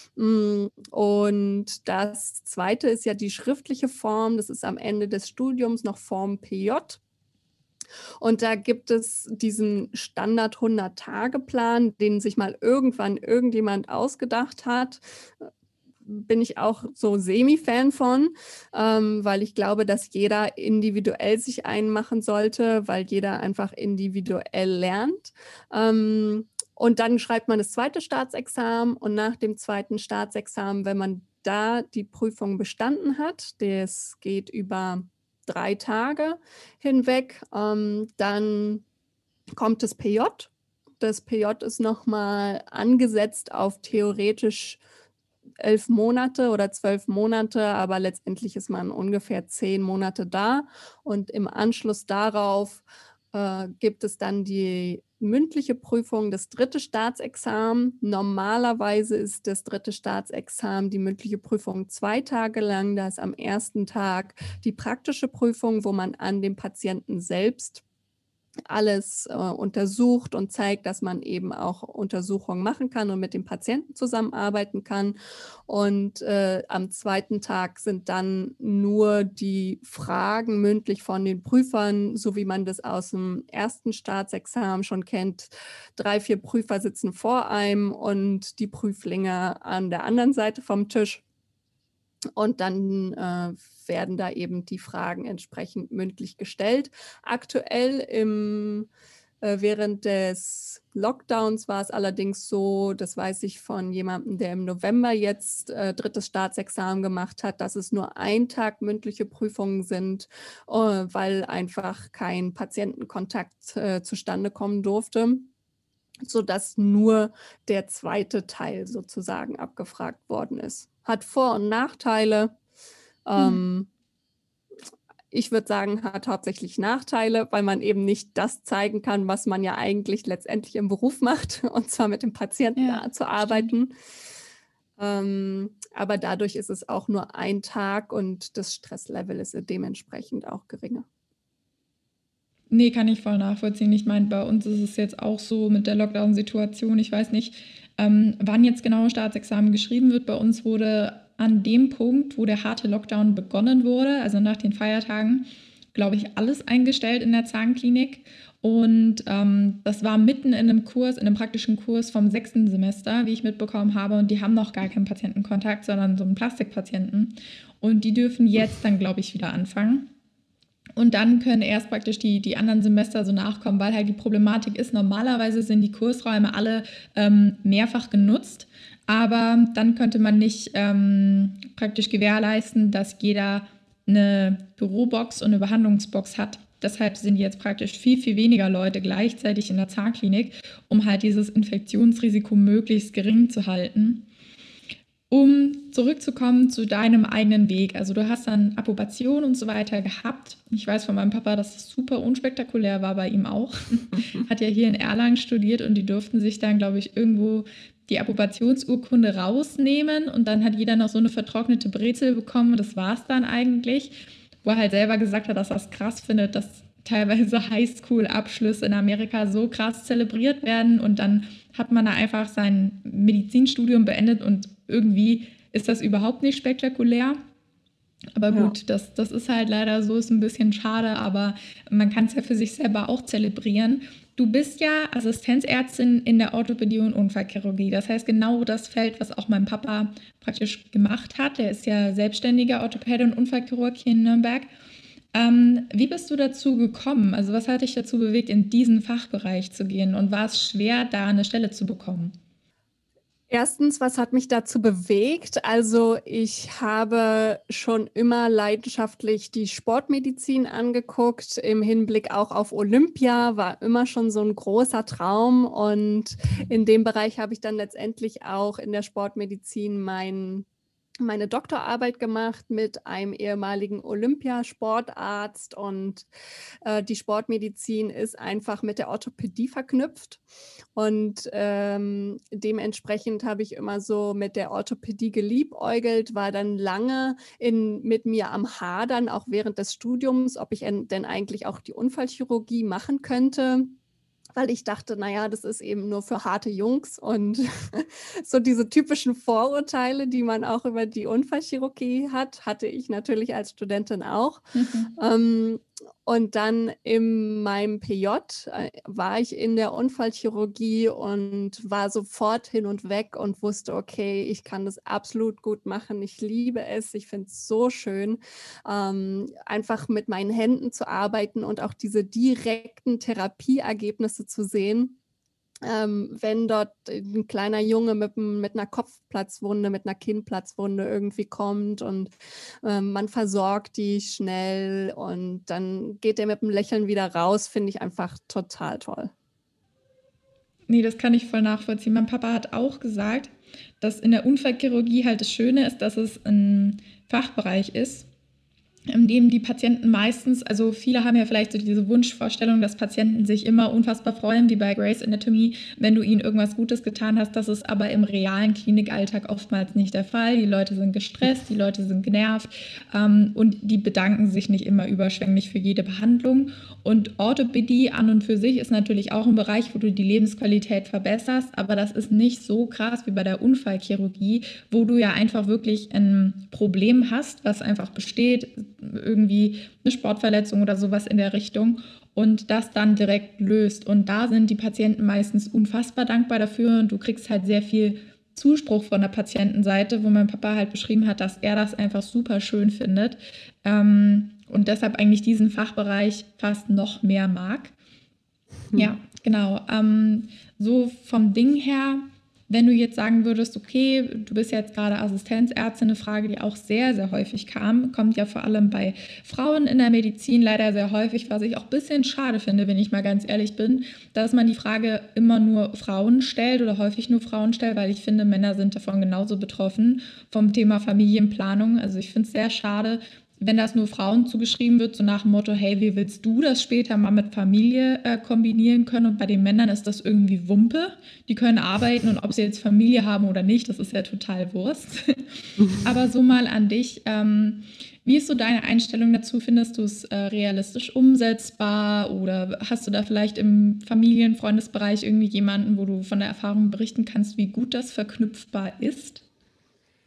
Und das zweite ist ja die schriftliche Form, das ist am Ende des Studiums noch Form PJ. Und da gibt es diesen Standard 100-Tage-Plan, den sich mal irgendwann irgendjemand ausgedacht hat. Bin ich auch so Semi-Fan von, weil ich glaube, dass jeder individuell sich einen machen sollte, weil jeder einfach individuell lernt. Und dann schreibt man das zweite Staatsexamen, und nach dem zweiten Staatsexamen, wenn man da die Prüfung bestanden hat, das geht über 3 Tage hinweg, dann kommt das PJ. Das PJ ist nochmal angesetzt auf theoretisch 11 Monate oder 12 Monate, aber letztendlich ist man ungefähr 10 Monate da. Und im Anschluss darauf gibt es dann die mündliche Prüfung, das dritte Staatsexamen. Normalerweise ist das dritte Staatsexamen die mündliche Prüfung 2 Tage lang. Da ist am ersten Tag die praktische Prüfung, wo man an dem Patienten selbst alles untersucht und zeigt, dass man eben auch Untersuchungen machen kann und mit dem Patienten zusammenarbeiten kann. Und am zweiten Tag sind dann nur die Fragen mündlich von den Prüfern, so wie man das aus dem ersten Staatsexamen schon kennt. 3, 4 Prüfer sitzen vor einem und die Prüflinge an der anderen Seite vom Tisch. Und dann werden da eben die Fragen entsprechend mündlich gestellt. Aktuell während des Lockdowns war es allerdings so, das weiß ich von jemandem, der im November jetzt drittes Staatsexamen gemacht hat, dass es nur 1 Tag mündliche Prüfungen sind, weil einfach kein Patientenkontakt zustande kommen durfte, sodass nur der zweite Teil sozusagen abgefragt worden ist. Hat Vor- und Nachteile. Hm. Ähm, Ich würde sagen, hat hauptsächlich Nachteile, weil man eben nicht das zeigen kann, was man ja eigentlich letztendlich im Beruf macht, und zwar mit dem Patienten Ja, zu stimmt. arbeiten. Aber dadurch ist es auch nur 1 Tag und das Stresslevel ist dementsprechend auch geringer. Nee, kann ich voll nachvollziehen. Ich meine, bei uns ist es jetzt auch so mit der Lockdown-Situation. Ich weiß nicht, wann jetzt genau Staatsexamen geschrieben wird. Bei uns wurde an dem Punkt, wo der harte Lockdown begonnen wurde, also nach den Feiertagen, glaube ich, alles eingestellt in der Zahnklinik. Und das war mitten in einem Kurs, in einem praktischen Kurs vom 6. Semester, wie ich mitbekommen habe. Und die haben noch gar keinen Patientenkontakt, sondern so einen Plastikpatienten. Und die dürfen jetzt dann, glaube ich, wieder anfangen. Und dann können erst praktisch die anderen Semester so nachkommen, weil halt die Problematik ist, normalerweise sind die Kursräume alle mehrfach genutzt, aber dann könnte man nicht praktisch gewährleisten, dass jeder eine Bürobox und eine Behandlungsbox hat. Deshalb sind jetzt praktisch viel, viel weniger Leute gleichzeitig in der Zahnklinik, um halt dieses Infektionsrisiko möglichst gering zu halten. Um zurückzukommen zu deinem eigenen Weg. Also du hast dann Approbation und so weiter gehabt. Ich weiß von meinem Papa, dass es super unspektakulär war, bei ihm auch. Hat ja hier in Erlangen studiert und die durften sich dann, glaube ich, irgendwo die Approbationsurkunde rausnehmen und dann hat jeder noch so eine vertrocknete Brezel bekommen und das war es dann eigentlich. Wo er halt selber gesagt hat, dass er es krass findet, dass teilweise Highschool-Abschlüsse in Amerika so krass zelebriert werden und dann hat man da einfach sein Medizinstudium beendet und irgendwie ist das überhaupt nicht spektakulär. Aber Ja. gut, das ist halt leider so, ist ein bisschen schade, aber man kann es ja für sich selber auch zelebrieren. Du bist ja Assistenzärztin in der Orthopädie und Unfallchirurgie. Das heißt, genau das Feld, was auch mein Papa praktisch gemacht hat. Der ist ja selbstständiger Orthopäde und Unfallchirurg hier in Nürnberg. Wie bist du dazu gekommen? Also was hat dich dazu bewegt, in diesen Fachbereich zu gehen? Und war es schwer, da eine Stelle zu bekommen? Erstens, was hat mich dazu bewegt? Also ich habe schon immer leidenschaftlich die Sportmedizin angeguckt, im Hinblick auch auf Olympia, war immer schon so ein großer Traum. Und in dem Bereich habe ich dann letztendlich auch in der Sportmedizin meine Doktorarbeit gemacht mit einem ehemaligen Olympiasportarzt und die Sportmedizin ist einfach mit der Orthopädie verknüpft und dementsprechend habe ich immer so mit der Orthopädie geliebäugelt, war dann lange mit mir am Hadern, auch während des Studiums, ob ich denn eigentlich auch die Unfallchirurgie machen könnte. Weil ich dachte, naja, das ist eben nur für harte Jungs und so diese typischen Vorurteile, die man auch über die Unfallchirurgie hat, hatte ich natürlich als Studentin auch. Ähm, und dann in meinem PJ war ich in der Unfallchirurgie und war sofort hin und weg und wusste, okay, ich kann das absolut gut machen. Ich liebe es. Ich finde es so schön, einfach mit meinen Händen zu arbeiten und auch diese direkten Therapieergebnisse zu sehen. Wenn dort ein kleiner Junge mit einer Kopfplatzwunde, mit einer Kinnplatzwunde irgendwie kommt und man versorgt die schnell und dann geht er mit einem Lächeln wieder raus, finde ich einfach total toll. Nee, das kann ich voll nachvollziehen. Mein Papa hat auch gesagt, dass in der Unfallchirurgie halt das Schöne ist, dass es ein Fachbereich ist, in dem die Patienten meistens, also viele haben ja vielleicht so diese Wunschvorstellung, dass Patienten sich immer unfassbar freuen, wie bei Grey's Anatomy, wenn du ihnen irgendwas Gutes getan hast. Das ist aber im realen Klinikalltag oftmals nicht der Fall. Die Leute sind gestresst, die Leute sind genervt und die bedanken sich nicht immer überschwänglich für jede Behandlung. Und Orthopädie an und für sich ist natürlich auch ein Bereich, wo du die Lebensqualität verbesserst, aber das ist nicht so krass wie bei der Unfallchirurgie, wo du ja einfach wirklich ein Problem hast, was einfach besteht, irgendwie eine Sportverletzung oder sowas in der Richtung und das dann direkt löst. Und da sind die Patienten meistens unfassbar dankbar dafür und du kriegst halt sehr viel Zuspruch von der Patientenseite, wo mein Papa halt beschrieben hat, dass er das einfach super schön findet und deshalb eigentlich diesen Fachbereich fast noch mehr mag. Ja, genau. So vom Ding her, wenn du jetzt sagen würdest, okay, du bist jetzt gerade Assistenzärztin, eine Frage, die auch sehr, sehr häufig kam, kommt ja vor allem bei Frauen in der Medizin leider sehr häufig, was ich auch ein bisschen schade finde, wenn ich mal ganz ehrlich bin, dass man die Frage immer nur Frauen stellt oder häufig nur Frauen stellt, weil ich finde, Männer sind davon genauso betroffen vom Thema Familienplanung. Also ich finde es sehr schade, wenn das nur Frauen zugeschrieben wird, so nach dem Motto, hey, wie willst du das später mal mit Familie kombinieren können? Und bei den Männern ist das irgendwie Wumpe. Die können arbeiten und ob sie jetzt Familie haben oder nicht, das ist ja total Wurst. Aber so mal an dich. Wie ist so deine Einstellung dazu? Findest du es realistisch umsetzbar oder hast du da vielleicht im Familien-Freundesbereich irgendwie jemanden, wo du von der Erfahrung berichten kannst, wie gut das verknüpfbar ist?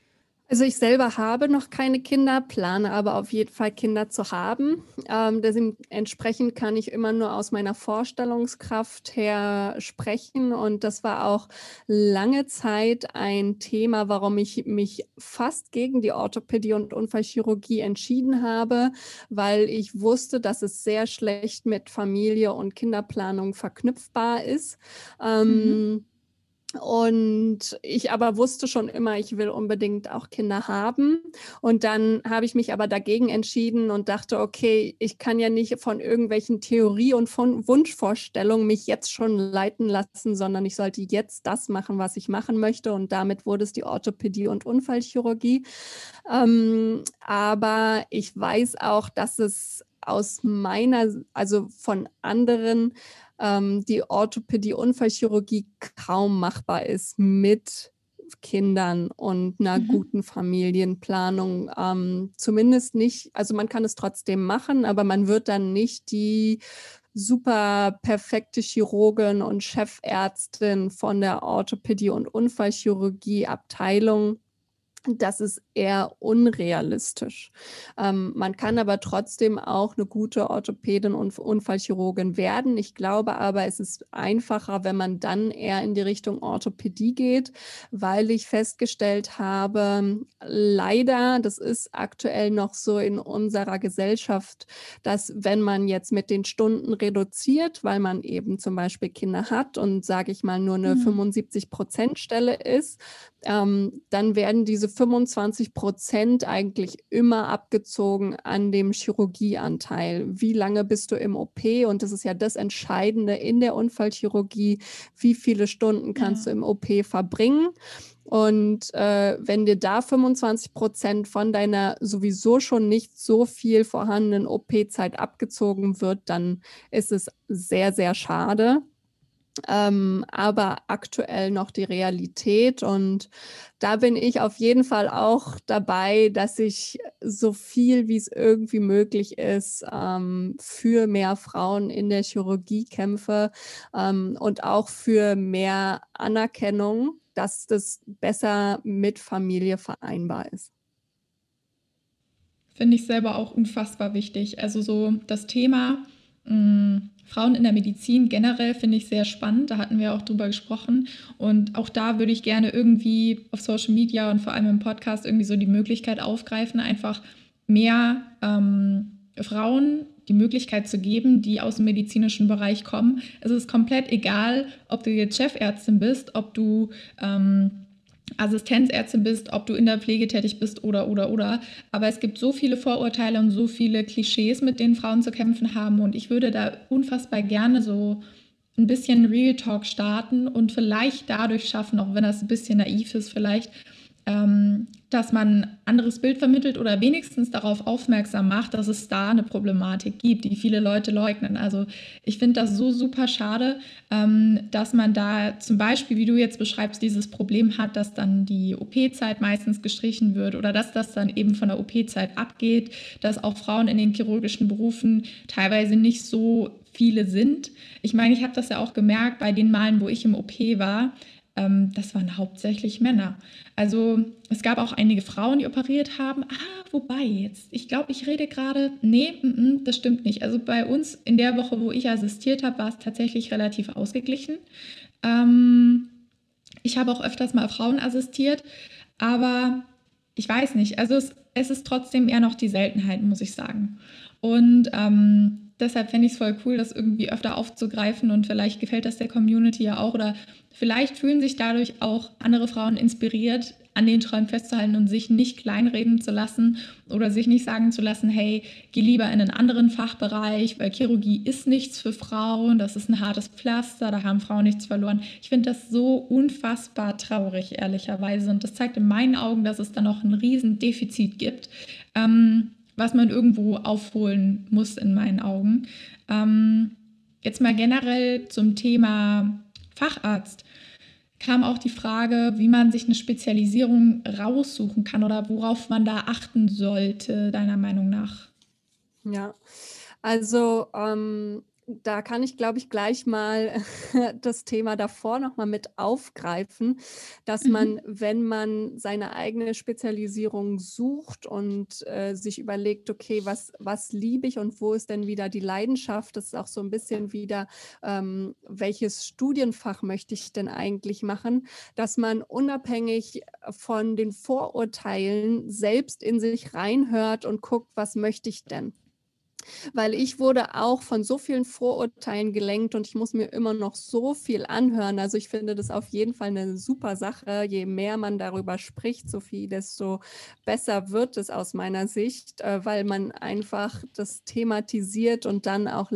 Also ich selber habe noch keine Kinder, plane aber auf jeden Fall Kinder zu haben. Dementsprechend kann ich immer nur aus meiner Vorstellungskraft her sprechen. Und das war auch lange Zeit ein Thema, warum ich mich fast gegen die Orthopädie und Unfallchirurgie entschieden habe, weil ich wusste, dass es sehr schlecht mit Familie und Kinderplanung verknüpfbar ist. Mhm. Ähm, und ich aber wusste schon immer, ich will unbedingt auch Kinder haben. Und dann habe ich mich aber dagegen entschieden und dachte, okay, ich kann ja nicht von irgendwelchen Theorie- und von Wunschvorstellungen mich jetzt schon leiten lassen, sondern ich sollte jetzt das machen, was ich machen möchte. Und damit wurde es die Orthopädie und Unfallchirurgie. Aber ich weiß auch, dass es aus meiner, also von anderen, die Orthopädie-Unfallchirurgie kaum machbar ist mit Kindern und einer Mhm. guten Familienplanung. Zumindest nicht, also man kann es trotzdem machen, aber man wird dann nicht die super perfekte Chirurgin und Chefärztin von der Orthopädie- und Unfallchirurgie-Abteilung. Das ist eher unrealistisch. Man kann aber trotzdem auch eine gute Orthopädin und Unfallchirurgin werden. Ich glaube aber, es ist einfacher, wenn man dann eher in die Richtung Orthopädie geht, weil ich festgestellt habe, leider, das ist aktuell noch so in unserer Gesellschaft, dass wenn man jetzt mit den Stunden reduziert, weil man eben zum Beispiel Kinder hat und sage ich mal nur eine Mhm. 75%-Stelle ist, dann werden diese 25% eigentlich immer abgezogen an dem Chirurgieanteil. Wie lange bist du im OP? Und das ist ja das Entscheidende in der Unfallchirurgie. Wie viele Stunden kannst Ja. du im OP verbringen? Und wenn dir da 25% von deiner sowieso schon nicht so viel vorhandenen OP-Zeit abgezogen wird, dann ist es sehr, sehr schade. Aber aktuell noch die Realität. Und da bin ich auf jeden Fall auch dabei, dass ich so viel, wie es irgendwie möglich ist, für mehr Frauen in der Chirurgie kämpfe, und auch für mehr Anerkennung, dass das besser mit Familie vereinbar ist. Finde ich selber auch unfassbar wichtig. Also so das Thema Frauen in der Medizin generell finde ich sehr spannend. Da hatten wir auch drüber gesprochen. Und auch da würde ich gerne irgendwie auf Social Media und vor allem im Podcast irgendwie so die Möglichkeit aufgreifen, einfach mehr Frauen die Möglichkeit zu geben, die aus dem medizinischen Bereich kommen. Es ist komplett egal, ob du jetzt Chefärztin bist, ob du Assistenzärztin bist, ob du in der Pflege tätig bist oder. Aber es gibt so viele Vorurteile und so viele Klischees, mit denen Frauen zu kämpfen haben. Und ich würde da unfassbar gerne so ein bisschen Real Talk starten und vielleicht dadurch schaffen, auch wenn das ein bisschen naiv ist, vielleicht, dass man ein anderes Bild vermittelt oder wenigstens darauf aufmerksam macht, dass es da eine Problematik gibt, die viele Leute leugnen. Also ich finde das so super schade, dass man da zum Beispiel, wie du jetzt beschreibst, dieses Problem hat, dass dann die OP-Zeit meistens gestrichen wird oder dass das dann eben von der OP-Zeit abgeht, dass auch Frauen in den chirurgischen Berufen teilweise nicht so viele sind. Ich meine, ich habe das ja auch gemerkt bei den Malen, wo ich im OP war. Das waren hauptsächlich Männer. Also es gab auch einige Frauen, die operiert haben. Wobei jetzt, ich glaube, ich rede gerade, nee, das stimmt nicht. Also bei uns in der Woche, wo ich assistiert habe, war es tatsächlich relativ ausgeglichen. Ähm, Ich habe auch öfters mal Frauen assistiert, aber ich weiß nicht. Also es ist trotzdem eher noch die Seltenheit, muss ich sagen. Und deshalb fände ich es voll cool, das irgendwie öfter aufzugreifen und vielleicht gefällt das der Community ja auch oder vielleicht fühlen sich dadurch auch andere Frauen inspiriert, an den Träumen festzuhalten und sich nicht kleinreden zu lassen oder sich nicht sagen zu lassen, hey, geh lieber in einen anderen Fachbereich, weil Chirurgie ist nichts für Frauen, das ist ein hartes Pflaster, da haben Frauen nichts verloren. Ich finde das so unfassbar traurig, ehrlicherweise. Und das zeigt in meinen Augen, dass es da noch ein riesen Defizit gibt, was man irgendwo aufholen muss, in meinen Augen. Ähm, Jetzt mal generell zum Thema Facharzt kam auch die Frage, wie man sich eine Spezialisierung raussuchen kann oder worauf man da achten sollte, deiner Meinung nach. Ja, also Da kann ich, glaube ich, gleich mal das Thema davor noch mal mit aufgreifen, dass man, Mhm. wenn man seine eigene Spezialisierung sucht und sich überlegt, okay, was liebe ich und wo ist denn wieder die Leidenschaft? Das ist auch so ein bisschen wieder, welches Studienfach möchte ich denn eigentlich machen, dass man unabhängig von den Vorurteilen selbst in sich reinhört und guckt, was möchte ich denn? Weil ich wurde auch von so vielen Vorurteilen gelenkt und ich muss mir immer noch so viel anhören. Also ich finde das auf jeden Fall eine super Sache. Je mehr man darüber spricht, Sophie, desto besser wird es aus meiner Sicht, weil man einfach das thematisiert und dann auch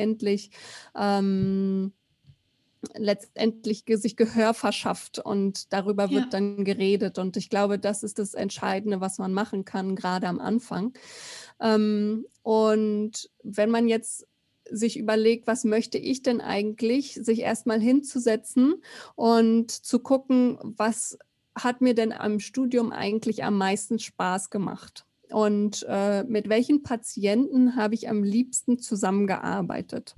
letztendlich sich Gehör verschafft und darüber Ja. wird dann geredet. Und ich glaube, das ist das Entscheidende, was man machen kann, gerade am Anfang. Und wenn man jetzt sich überlegt, was möchte ich denn eigentlich, sich erstmal hinzusetzen und zu gucken, was hat mir denn am Studium eigentlich am meisten Spaß gemacht? Und mit welchen Patienten habe ich am liebsten zusammengearbeitet?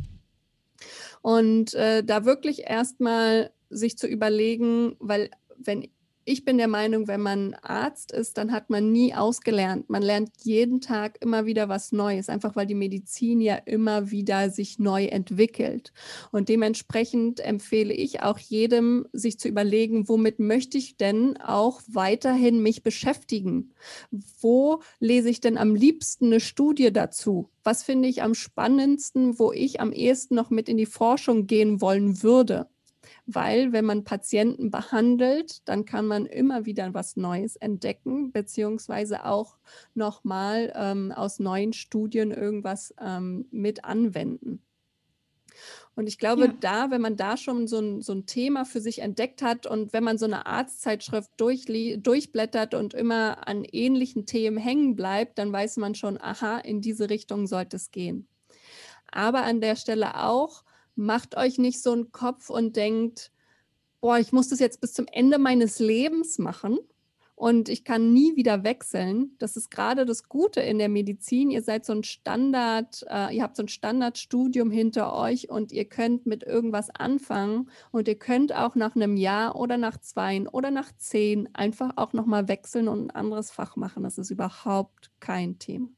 Und da wirklich erstmal sich zu überlegen, weil wenn ich bin der Meinung, wenn man Arzt ist, dann hat man nie ausgelernt. Man lernt jeden Tag immer wieder was Neues, einfach weil die Medizin ja immer wieder sich neu entwickelt. Und dementsprechend empfehle ich auch jedem, sich zu überlegen, womit möchte ich denn auch weiterhin mich beschäftigen? Wo lese ich denn am liebsten eine Studie dazu? Was finde ich am spannendsten, wo ich am ehesten noch mit in die Forschung gehen wollen würde? Weil wenn man Patienten behandelt, dann kann man immer wieder was Neues entdecken, beziehungsweise auch nochmal aus neuen Studien irgendwas mit anwenden. Und ich glaube, Ja. da, wenn man da schon so ein Thema für sich entdeckt hat und wenn man so eine Arztzeitschrift durchblättert und immer an ähnlichen Themen hängen bleibt, dann weiß man schon, aha, in diese Richtung sollte es gehen. Aber an der Stelle auch, macht euch nicht so einen Kopf und denkt, boah, ich muss das jetzt bis zum Ende meines Lebens machen und ich kann nie wieder wechseln. Das ist gerade das Gute in der Medizin. Ihr seid so ein Standard, ihr habt so ein Standardstudium hinter euch und ihr könnt mit irgendwas anfangen und ihr könnt auch nach einem Jahr oder nach 2 oder nach 10 einfach auch nochmal wechseln und ein anderes Fach machen. Das ist überhaupt kein Thema.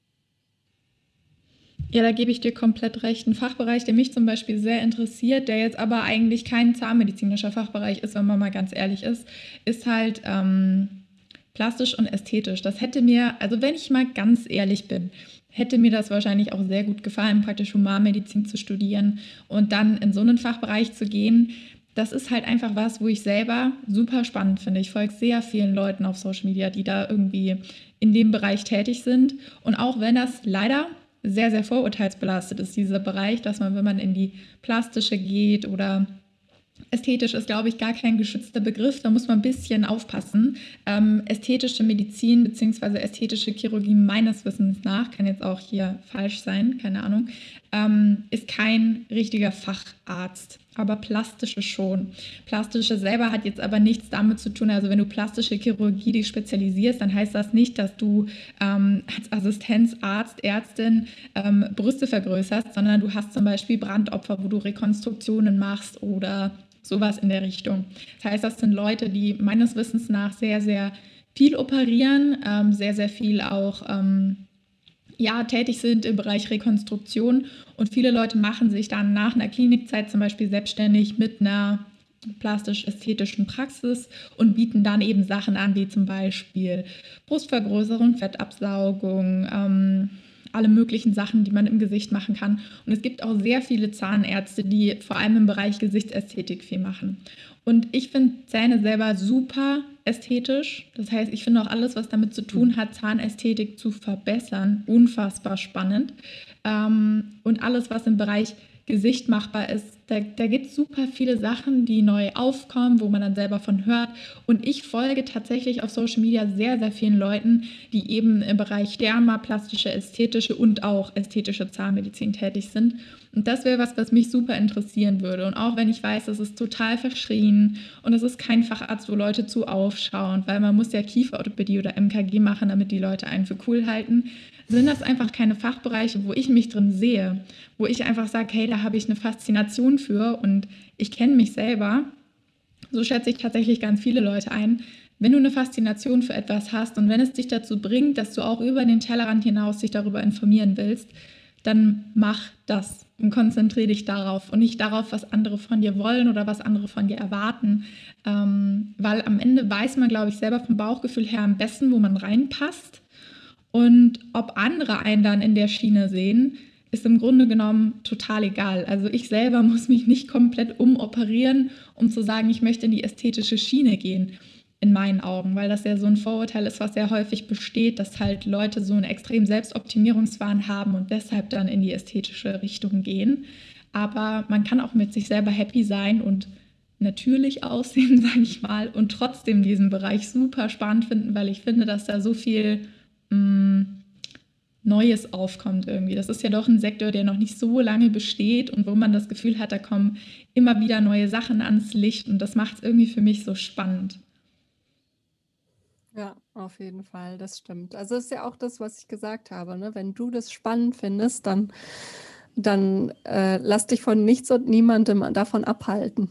Ja, da gebe ich dir komplett recht. Ein Fachbereich, der mich zum Beispiel sehr interessiert, der jetzt aber eigentlich kein zahnmedizinischer Fachbereich ist, wenn man mal ganz ehrlich ist halt plastisch und ästhetisch. Das hätte mir, also wenn ich mal ganz ehrlich bin, hätte mir das wahrscheinlich auch sehr gut gefallen, praktisch Humanmedizin zu studieren und dann in so einen Fachbereich zu gehen. Das ist halt einfach was, wo ich selber super spannend finde. Ich folge sehr vielen Leuten auf Social Media, die da irgendwie in dem Bereich tätig sind. Und auch wenn das leider sehr, sehr vorurteilsbelastet ist, dieser Bereich, dass man, wenn man in die plastische geht oder ästhetisch ist, glaube ich, gar kein geschützter Begriff. Da muss man ein bisschen aufpassen. Ästhetische Medizin bzw. ästhetische Chirurgie meines Wissens nach, kann jetzt auch hier falsch sein, keine Ahnung, ist kein richtiger Facharzt, aber plastische schon. Plastische selber hat jetzt aber nichts damit zu tun, also wenn du plastische Chirurgie dich spezialisierst, dann heißt das nicht, dass du als Assistenzarzt, Ärztin Brüste vergrößerst, sondern du hast zum Beispiel Brandopfer, wo du Rekonstruktionen machst oder sowas in der Richtung. Das heißt, das sind Leute, die meines Wissens nach sehr, sehr viel operieren, sehr, sehr viel auch ja, tätig sind im Bereich Rekonstruktion. Und viele Leute machen sich dann nach einer Klinikzeit zum Beispiel selbstständig mit einer plastisch-ästhetischen Praxis und bieten dann eben Sachen an, wie zum Beispiel Brustvergrößerung, Fettabsaugung, alle möglichen Sachen, die man im Gesicht machen kann. Und es gibt auch sehr viele Zahnärzte, die vor allem im Bereich Gesichtsästhetik viel machen. Und ich finde Zähne selber super ästhetisch. Das heißt, ich finde auch alles, was damit zu tun hat, Zahnästhetik zu verbessern, unfassbar spannend. Und alles, was im Bereich Gesicht machbar ist, da gibt es super viele Sachen, die neu aufkommen, wo man dann selber von hört. Und ich folge tatsächlich auf Social Media sehr, sehr vielen Leuten, die eben im Bereich Derma, plastische, ästhetische und auch ästhetische Zahnmedizin tätig sind. Und das wäre was mich super interessieren würde. Und auch wenn ich weiß, das ist total verschrien und es ist kein Facharzt, wo Leute zu aufschauen, weil man muss ja Kieferorthopädie oder MKG machen, damit die Leute einen für cool halten. sind das einfach keine Fachbereiche, wo ich mich drin sehe, wo ich einfach sage, hey, da habe ich eine Faszination für und ich kenne mich selber. So schätze ich tatsächlich ganz viele Leute ein. Wenn du eine Faszination für etwas hast und wenn es dich dazu bringt, dass du auch über den Tellerrand hinaus dich darüber informieren willst, dann mach das und konzentriere dich darauf und nicht darauf, was andere von dir wollen oder was andere von dir erwarten. Weil am Ende weiß man, glaube ich, selber vom Bauchgefühl her am besten, wo man reinpasst. Und ob andere einen dann in der Schiene sehen, ist im Grunde genommen total egal. Also ich selber muss mich nicht komplett umoperieren, um zu sagen, ich möchte in die ästhetische Schiene gehen, in meinen Augen, weil das ja so ein Vorurteil ist, was sehr häufig besteht, dass halt Leute so einen extremen Selbstoptimierungswahn haben und deshalb dann in die ästhetische Richtung gehen. Aber man kann auch mit sich selber happy sein und natürlich aussehen, sage ich mal, und trotzdem diesen Bereich super spannend finden, weil ich finde, dass da so viel mh, Neues aufkommt irgendwie. Das ist ja doch ein Sektor, der noch nicht so lange besteht und wo man das Gefühl hat, da kommen immer wieder neue Sachen ans Licht und das macht es irgendwie für mich so spannend. Ja, auf jeden Fall, das stimmt. Also ist ja auch das, was ich gesagt habe, ne? Wenn du das spannend findest, dann lass dich von nichts und niemandem davon abhalten.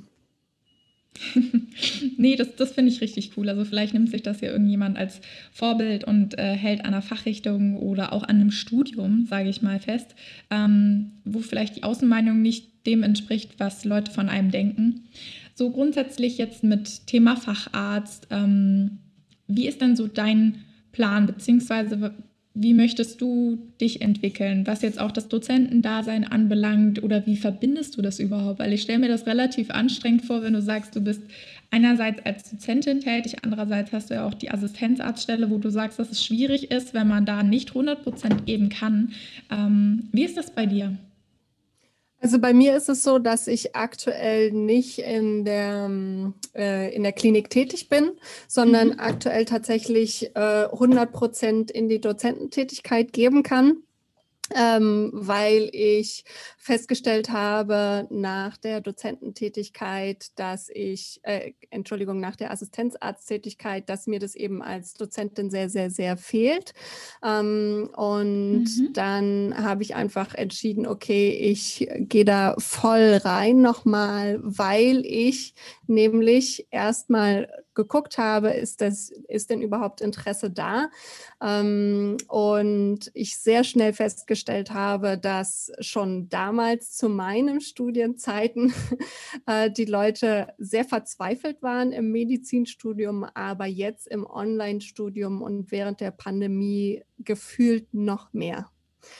Nee, das finde ich richtig cool. Also vielleicht nimmt sich das ja irgendjemand als Vorbild und hält an einer Fachrichtung oder auch an einem Studium, sage ich mal, fest, wo vielleicht die Außenmeinung nicht dem entspricht, was Leute von einem denken. So grundsätzlich jetzt mit Thema Facharzt, wie ist denn so dein Plan, beziehungsweise wie möchtest du dich entwickeln, was jetzt auch das Dozentendasein anbelangt oder wie verbindest du das überhaupt? Weil ich stelle mir das relativ anstrengend vor, wenn du sagst, du bist einerseits als Dozentin tätig, andererseits hast du ja auch die Assistenzarztstelle, wo du sagst, dass es schwierig ist, wenn man da nicht 100% geben kann. Wie ist das bei dir? Also bei mir ist es so, dass ich aktuell nicht in der Klinik tätig bin, sondern Mhm. aktuell tatsächlich 100% in die Dozententätigkeit geben kann. Weil ich festgestellt habe nach der Dozententätigkeit, nach der Assistenzarzttätigkeit, dass mir das eben als Dozentin sehr, sehr, sehr fehlt. Und Mhm. dann habe ich einfach entschieden, okay, ich gehe da voll rein nochmal, weil ich nämlich erstmal geguckt habe, ist denn überhaupt Interesse da? Und ich sehr schnell festgestellt habe, dass schon damals zu meinen Studienzeiten die Leute sehr verzweifelt waren im Medizinstudium, aber jetzt im Online-Studium und während der Pandemie gefühlt noch mehr.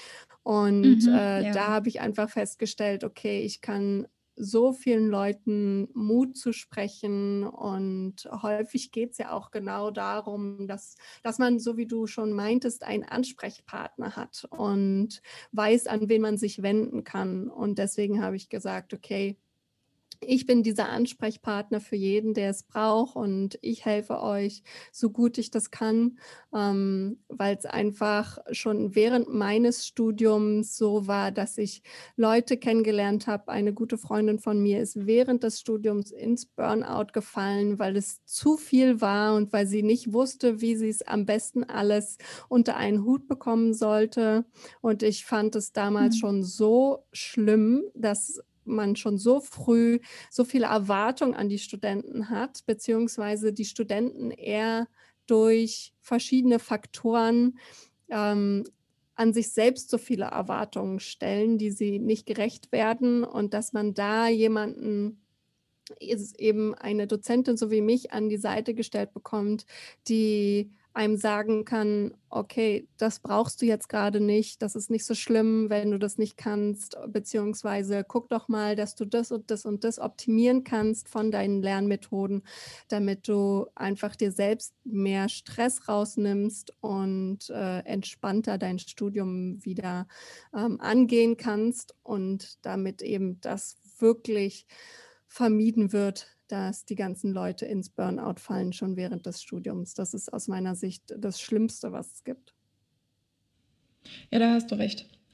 Und Mhm. Ja. da habe ich einfach festgestellt, okay, ich kann so vielen Leuten Mut zu sprechen. Und häufig geht es ja auch genau darum, dass man, so wie du schon meintest, einen Ansprechpartner hat und weiß, an wen man sich wenden kann. Und deswegen habe ich gesagt, okay, ich bin dieser Ansprechpartner für jeden, der es braucht, und ich helfe euch, so gut ich das kann, weil es einfach schon während meines Studiums so war, dass ich Leute kennengelernt habe. Eine gute Freundin von mir ist während des Studiums ins Burnout gefallen, weil es zu viel war und weil sie nicht wusste, wie sie es am besten alles unter einen Hut bekommen sollte. Und ich fand es damals Mhm. schon so schlimm, dass man schon so früh so viele Erwartungen an die Studenten hat, beziehungsweise die Studenten eher durch verschiedene Faktoren ähm, an sich selbst so viele Erwartungen stellen, die sie nicht gerecht werden, und dass man da jemanden, ist eben eine Dozentin so wie mich, an die Seite gestellt bekommt, die einem sagen kann, okay, das brauchst du jetzt gerade nicht, das ist nicht so schlimm, wenn du das nicht kannst, beziehungsweise guck doch mal, dass du das und das und das optimieren kannst von deinen Lernmethoden, damit du einfach dir selbst mehr Stress rausnimmst und entspannter dein Studium wieder angehen kannst, und damit eben das wirklich vermieden wird, dass die ganzen Leute ins Burnout fallen, schon während des Studiums. Das ist aus meiner Sicht das Schlimmste, was es gibt. Ja, da hast du recht.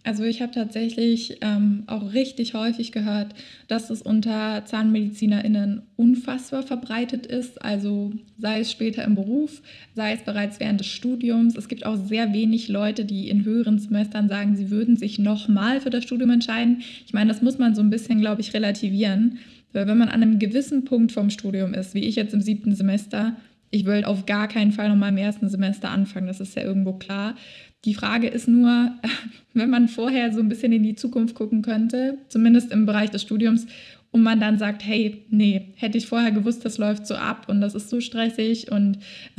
Also ich habe tatsächlich auch richtig häufig gehört, dass es unter ZahnmedizinerInnen unfassbar verbreitet ist. Also sei es später im Beruf, sei es bereits während des Studiums. Es gibt auch sehr wenig Leute, die in höheren Semestern sagen, sie würden sich nochmal für das Studium entscheiden. Ich meine, das muss man so ein bisschen, glaube ich, relativieren. Weil wenn man an einem gewissen Punkt vom Studium ist, wie ich jetzt im 7. Semester, ich will auf gar keinen Fall nochmal im 1. Semester anfangen, das ist ja irgendwo klar. Die Frage ist nur, wenn man vorher so ein bisschen in die Zukunft gucken könnte, zumindest im Bereich des Studiums, und man dann sagt, hey, nee, hätte ich vorher gewusst, das läuft so ab und das ist so stressig und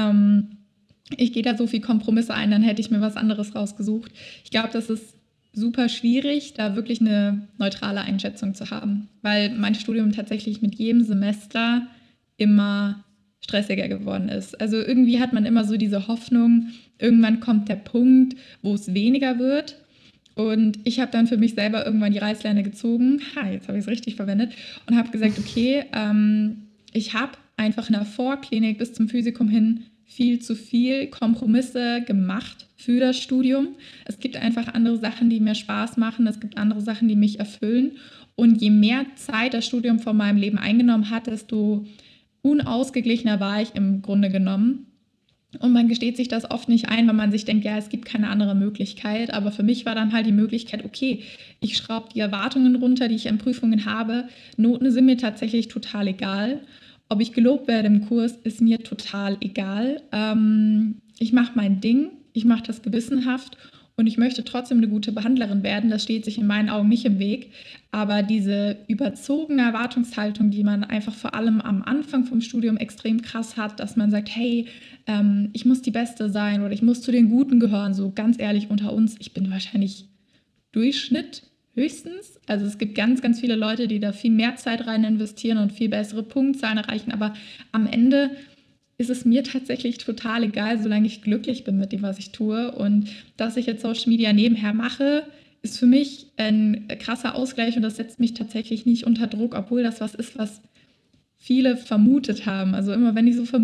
ich gehe da so viel Kompromisse ein, dann hätte ich mir was anderes rausgesucht. Ich glaube, das ist super schwierig, da wirklich eine neutrale Einschätzung zu haben, weil mein Studium tatsächlich mit jedem Semester immer stressiger geworden ist. Also irgendwie hat man immer so diese Hoffnung, irgendwann kommt der Punkt, wo es weniger wird. Und ich habe dann für mich selber irgendwann die Reißleine gezogen. Jetzt habe ich es richtig verwendet. Und habe gesagt, okay, ich habe einfach in der Vorklinik bis zum Physikum hin viel zu viel Kompromisse gemacht für das Studium. Es gibt einfach andere Sachen, die mir Spaß machen. Es gibt andere Sachen, die mich erfüllen. Und je mehr Zeit das Studium von meinem Leben eingenommen hat, desto unausgeglichener war ich im Grunde genommen. Und man gesteht sich das oft nicht ein, weil man sich denkt, ja, es gibt keine andere Möglichkeit. Aber für mich war dann halt die Möglichkeit, okay, ich schraube die Erwartungen runter, die ich an Prüfungen habe. Noten sind mir tatsächlich total egal. Ob ich gelobt werde im Kurs, ist mir total egal. Ich mache mein Ding, ich mache das gewissenhaft und ich möchte trotzdem eine gute Behandlerin werden. Das steht sich in meinen Augen nicht im Weg. Aber diese überzogene Erwartungshaltung, die man einfach vor allem am Anfang vom Studium extrem krass hat, dass man sagt, hey, ich muss die Beste sein oder ich muss zu den Guten gehören, so ganz ehrlich unter uns, ich bin wahrscheinlich Durchschnitt höchstens. Also es gibt ganz, ganz viele Leute, die da viel mehr Zeit rein investieren und viel bessere Punktzahlen erreichen, aber am Ende ist es mir tatsächlich total egal, solange ich glücklich bin mit dem, was ich tue. Und dass ich jetzt Social Media nebenher mache, ist für mich ein krasser Ausgleich und das setzt mich tatsächlich nicht unter Druck, obwohl das was ist, was viele vermutet haben. Also immer wenn ich so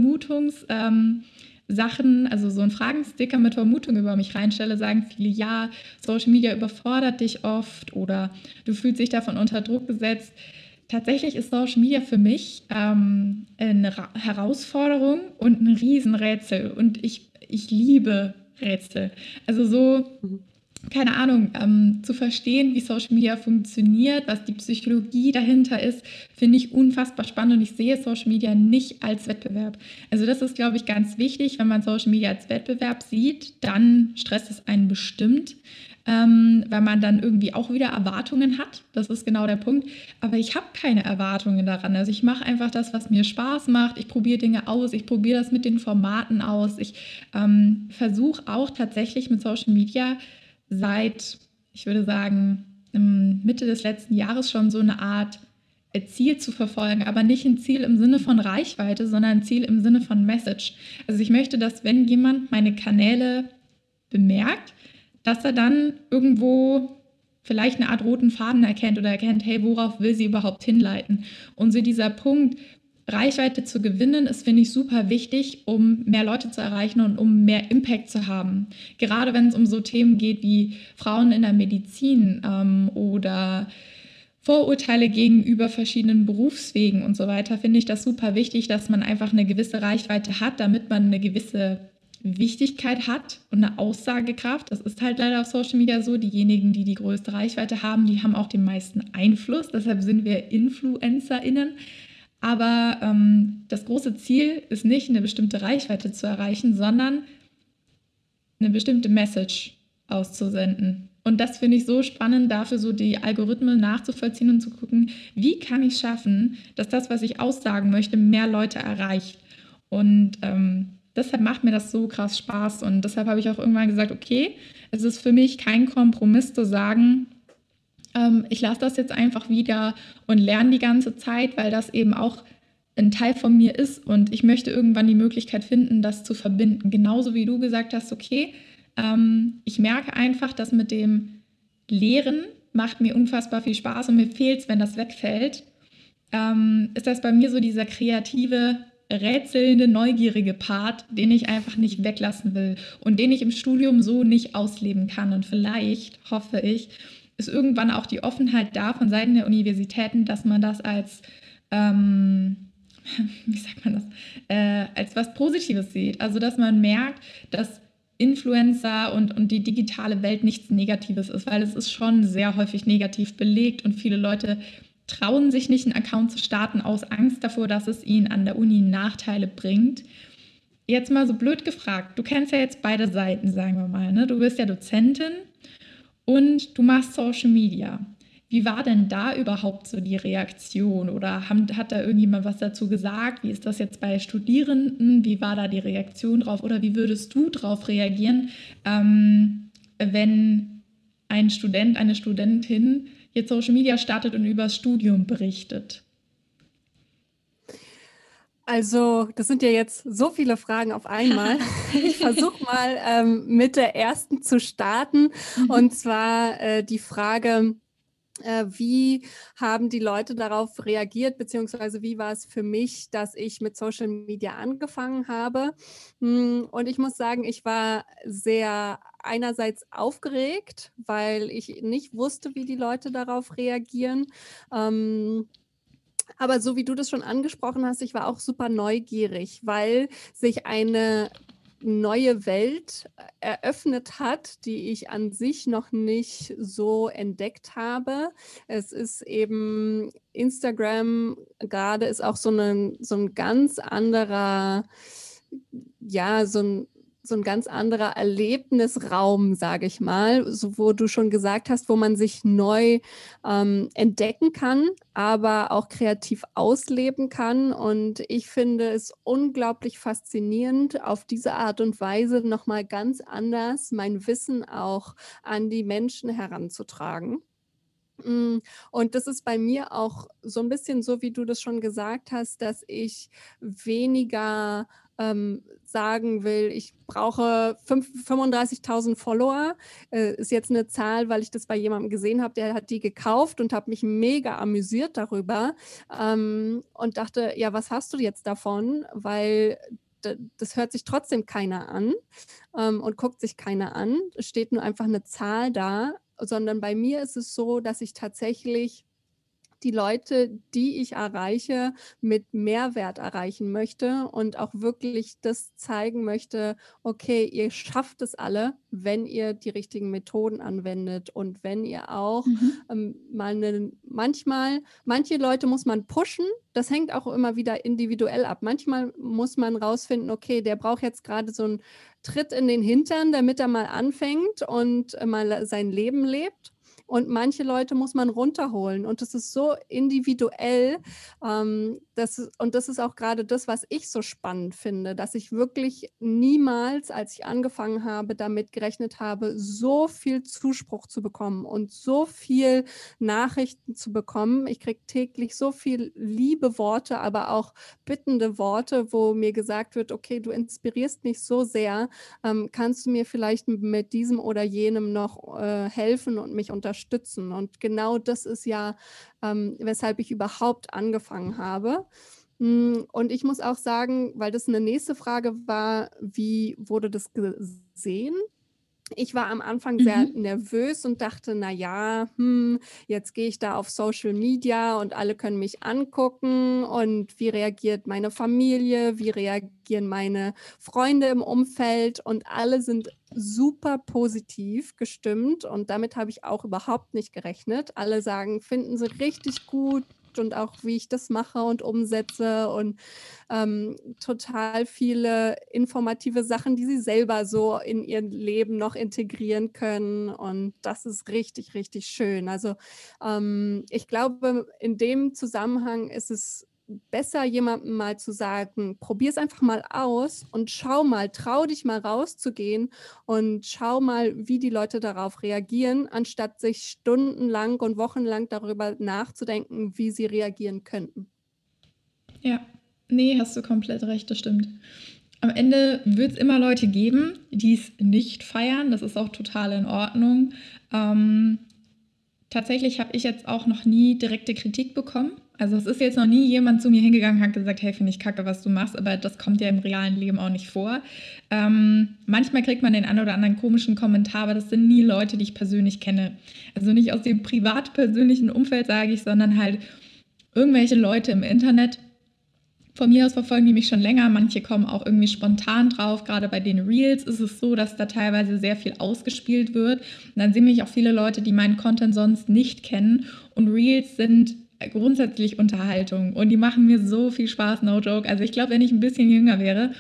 Sachen, also so einen Fragensticker mit Vermutung über mich reinstelle, sagen viele, ja, Social Media überfordert dich oft oder du fühlst dich davon unter Druck gesetzt. Tatsächlich ist Social Media für mich eine Herausforderung und ein Riesenrätsel und ich liebe Rätsel. Also so, keine Ahnung, zu verstehen, wie Social Media funktioniert, was die Psychologie dahinter ist, finde ich unfassbar spannend und ich sehe Social Media nicht als Wettbewerb. Also das ist, glaube ich, ganz wichtig, wenn man Social Media als Wettbewerb sieht, dann stresst es einen bestimmt, weil man dann irgendwie auch wieder Erwartungen hat. Das ist genau der Punkt. Aber ich habe keine Erwartungen daran. Also ich mache einfach das, was mir Spaß macht. Ich probiere Dinge aus. Ich probiere das mit den Formaten aus. Ich versuche auch tatsächlich mit Social Media seit, ich würde sagen, Mitte des letzten Jahres schon so eine Art Ziel zu verfolgen, aber nicht ein Ziel im Sinne von Reichweite, sondern ein Ziel im Sinne von Message. Also ich möchte, dass wenn jemand meine Kanäle bemerkt, dass er dann irgendwo vielleicht eine Art roten Faden erkennt oder erkennt, hey, worauf will sie überhaupt hinleiten? Und so dieser Punkt, Reichweite zu gewinnen, ist, finde ich, super wichtig, um mehr Leute zu erreichen und um mehr Impact zu haben. Gerade wenn es um so Themen geht wie Frauen in der Medizin oder Vorurteile gegenüber verschiedenen Berufswegen und so weiter, finde ich das super wichtig, dass man einfach eine gewisse Reichweite hat, damit man eine gewisse Wichtigkeit hat und eine Aussagekraft. Das ist halt leider auf Social Media so. Diejenigen, die die größte Reichweite haben, die haben auch den meisten Einfluss. Deshalb sind wir InfluencerInnen. Aber das große Ziel ist nicht, eine bestimmte Reichweite zu erreichen, sondern eine bestimmte Message auszusenden. Und das finde ich so spannend, dafür so die Algorithmen nachzuvollziehen und zu gucken, wie kann ich es schaffen, dass das, was ich aussagen möchte, mehr Leute erreicht. Und deshalb macht mir das so krass Spaß. Und deshalb habe ich auch irgendwann gesagt, okay, es ist für mich kein Kompromiss zu sagen, ich lasse das jetzt einfach wieder und lerne die ganze Zeit, weil das eben auch ein Teil von mir ist und ich möchte irgendwann die Möglichkeit finden, das zu verbinden. Genauso wie du gesagt hast, okay, ich merke einfach, dass mit dem Lehren macht mir unfassbar viel Spaß und mir fehlt es, wenn das wegfällt. Ist das bei mir so dieser kreative rätselnde, neugierige Part, den ich einfach nicht weglassen will und den ich im Studium so nicht ausleben kann. Und vielleicht, hoffe ich, ist irgendwann auch die Offenheit da von Seiten der Universitäten, dass man das als, wie sagt man das, als was Positives sieht. Also, dass man merkt, dass Influencer und die digitale Welt nichts Negatives ist, weil es ist schon sehr häufig negativ belegt und viele Leute trauen sich nicht, einen Account zu starten aus Angst davor, dass es ihnen an der Uni Nachteile bringt. Jetzt mal so blöd gefragt, du kennst ja jetzt beide Seiten, sagen wir mal, ne? Du bist ja Dozentin und du machst Social Media. Wie war denn da überhaupt so die Reaktion? Oder hat da irgendjemand was dazu gesagt? Wie ist das jetzt bei Studierenden? Wie war da die Reaktion drauf? Oder wie würdest du drauf reagieren, wenn ein Student, eine Studentin jetzt Social Media startet und über das Studium berichtet? Also, das sind ja jetzt so viele Fragen auf einmal. Ich versuche mal mit der ersten zu starten. Und zwar die Frage, wie haben die Leute darauf reagiert, beziehungsweise wie war es für mich, dass ich mit Social Media angefangen habe? Und ich muss sagen, ich war sehr einerseits aufgeregt, weil ich nicht wusste, wie die Leute darauf reagieren. Aber so wie du das schon angesprochen hast, ich war auch super neugierig, weil sich eine neue Welt eröffnet hat, die ich an sich noch nicht so entdeckt habe. Es ist eben Instagram gerade ist auch so ein ganz anderer, ja, so ein ganz anderer Erlebnisraum, sage ich mal, so, wo du schon gesagt hast, wo man sich neu entdecken kann, aber auch kreativ ausleben kann. Und ich finde es unglaublich faszinierend, auf diese Art und Weise nochmal ganz anders mein Wissen auch an die Menschen heranzutragen. Und das ist bei mir auch so ein bisschen so, wie du das schon gesagt hast, dass ich weniger sagen will, ich brauche 35.000 Follower. Ist jetzt eine Zahl, weil ich das bei jemandem gesehen habe, der hat die gekauft und habe mich mega amüsiert darüber und dachte, ja, was hast du jetzt davon? Weil das hört sich trotzdem keiner an und guckt sich keiner an. Es steht nur einfach eine Zahl da, sondern bei mir ist es so, dass ich tatsächlich die Leute, die ich erreiche, mit Mehrwert erreichen möchte und auch wirklich das zeigen möchte, okay, ihr schafft es alle, wenn ihr die richtigen Methoden anwendet und wenn ihr auch manche Leute muss man pushen, das hängt auch immer wieder individuell ab. Manchmal muss man rausfinden, okay, der braucht jetzt gerade so einen Tritt in den Hintern, damit er mal anfängt und mal sein Leben lebt. Und manche Leute muss man runterholen. Und das ist so individuell. Und das ist auch gerade das, was ich so spannend finde, dass ich wirklich niemals, als ich angefangen habe, damit gerechnet habe, so viel Zuspruch zu bekommen und so viel Nachrichten zu bekommen. Ich kriege täglich so viel liebe Worte, aber auch bittende Worte, wo mir gesagt wird, okay, du inspirierst mich so sehr. Kannst du mir vielleicht mit diesem oder jenem noch helfen und mich unterstützen? Und genau das ist ja, weshalb ich überhaupt angefangen habe. Und ich muss auch sagen, weil das eine nächste Frage war, wie wurde das gesehen? Ich war am Anfang sehr Mhm. nervös und dachte, na ja, jetzt gehe ich da auf Social Media und alle können mich angucken und wie reagiert meine Familie, wie reagieren meine Freunde im Umfeld und alle sind super positiv gestimmt und damit habe ich auch überhaupt nicht gerechnet. Alle sagen, finden sie richtig gut und auch wie ich das mache und umsetze und total viele informative Sachen, die sie selber so in ihr Leben noch integrieren können. Und das ist richtig, richtig schön. Also ich glaube, in dem Zusammenhang ist es besser, jemandem mal zu sagen, probier es einfach mal aus und schau mal, trau dich mal rauszugehen und schau mal, wie die Leute darauf reagieren, anstatt sich stundenlang und wochenlang darüber nachzudenken, wie sie reagieren könnten. Ja, nee, hast du komplett recht, das stimmt. Am Ende wird es immer Leute geben, die es nicht feiern. Das ist auch total in Ordnung. Tatsächlich habe ich jetzt auch noch nie direkte Kritik bekommen. Also es ist jetzt noch nie jemand zu mir hingegangen und hat gesagt, hey, finde ich kacke, was du machst, aber das kommt ja im realen Leben auch nicht vor. Manchmal kriegt man den einen oder anderen komischen Kommentar, aber das sind nie Leute, die ich persönlich kenne. Also nicht aus dem privat-persönlichen Umfeld, sage ich, sondern halt irgendwelche Leute im Internet. Von mir aus verfolgen die mich schon länger, manche kommen auch irgendwie spontan drauf. Gerade bei den Reels ist es so, dass da teilweise sehr viel ausgespielt wird. Und dann sehen mich auch viele Leute, die meinen Content sonst nicht kennen. Und Reels sind grundsätzlich Unterhaltung und die machen mir so viel Spaß, no joke. Also ich glaube, wenn ich ein bisschen jünger wäre,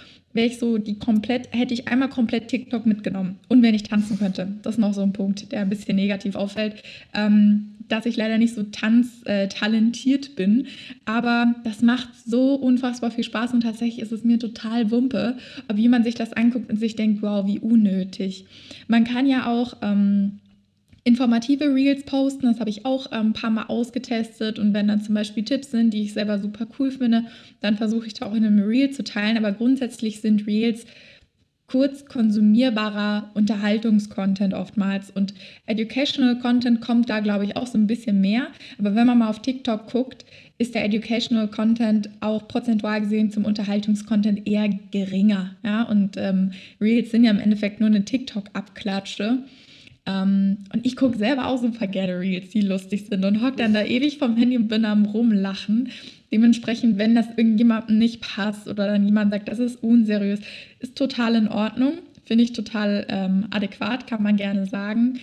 hätte ich einmal komplett TikTok mitgenommen. Und wenn ich tanzen könnte. Das ist noch so ein Punkt, der ein bisschen negativ auffällt. Dass ich leider nicht so tanztalentiert bin. Aber das macht so unfassbar viel Spaß und tatsächlich ist es mir total Wumpe, wie man sich das anguckt und sich denkt, wow, wie unnötig. Man kann ja auch informative Reels posten, das habe ich auch ein paar Mal ausgetestet und wenn dann zum Beispiel Tipps sind, die ich selber super cool finde, dann versuche ich da auch in einem Reel zu teilen, aber grundsätzlich sind Reels kurz konsumierbarer Unterhaltungscontent oftmals und Educational Content kommt da, glaube ich, auch so ein bisschen mehr, aber wenn man mal auf TikTok guckt, ist der Educational Content auch prozentual gesehen zum Unterhaltungscontent eher geringer, ja, und Reels sind ja im Endeffekt nur eine TikTok-Abklatsche. Und ich gucke selber auch super gerne Reels, die lustig sind und hocke dann da ewig vom Handy und bin am Rumlachen. Dementsprechend, wenn das irgendjemandem nicht passt oder dann jemand sagt, das ist unseriös, ist total in Ordnung. Finde ich total adäquat, kann man gerne sagen.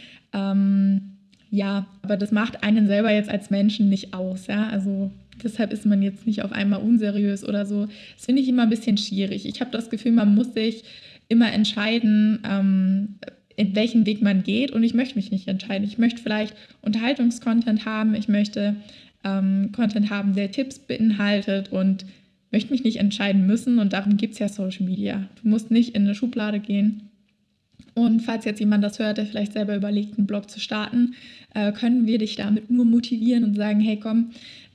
Ja, aber das macht einen selber jetzt als Menschen nicht aus. Ja? Also deshalb ist man jetzt nicht auf einmal unseriös oder so. Das finde ich immer ein bisschen schwierig. Ich habe das Gefühl, man muss sich immer entscheiden, in welchen Weg man geht und ich möchte mich nicht entscheiden. Ich möchte vielleicht Unterhaltungskontent haben, ich möchte Content haben, der Tipps beinhaltet und möchte mich nicht entscheiden müssen und darum gibt es ja Social Media. Du musst nicht in eine Schublade gehen. Und falls jetzt jemand das hört, der vielleicht selber überlegt, einen Blog zu starten, können wir dich damit nur motivieren und sagen, hey komm,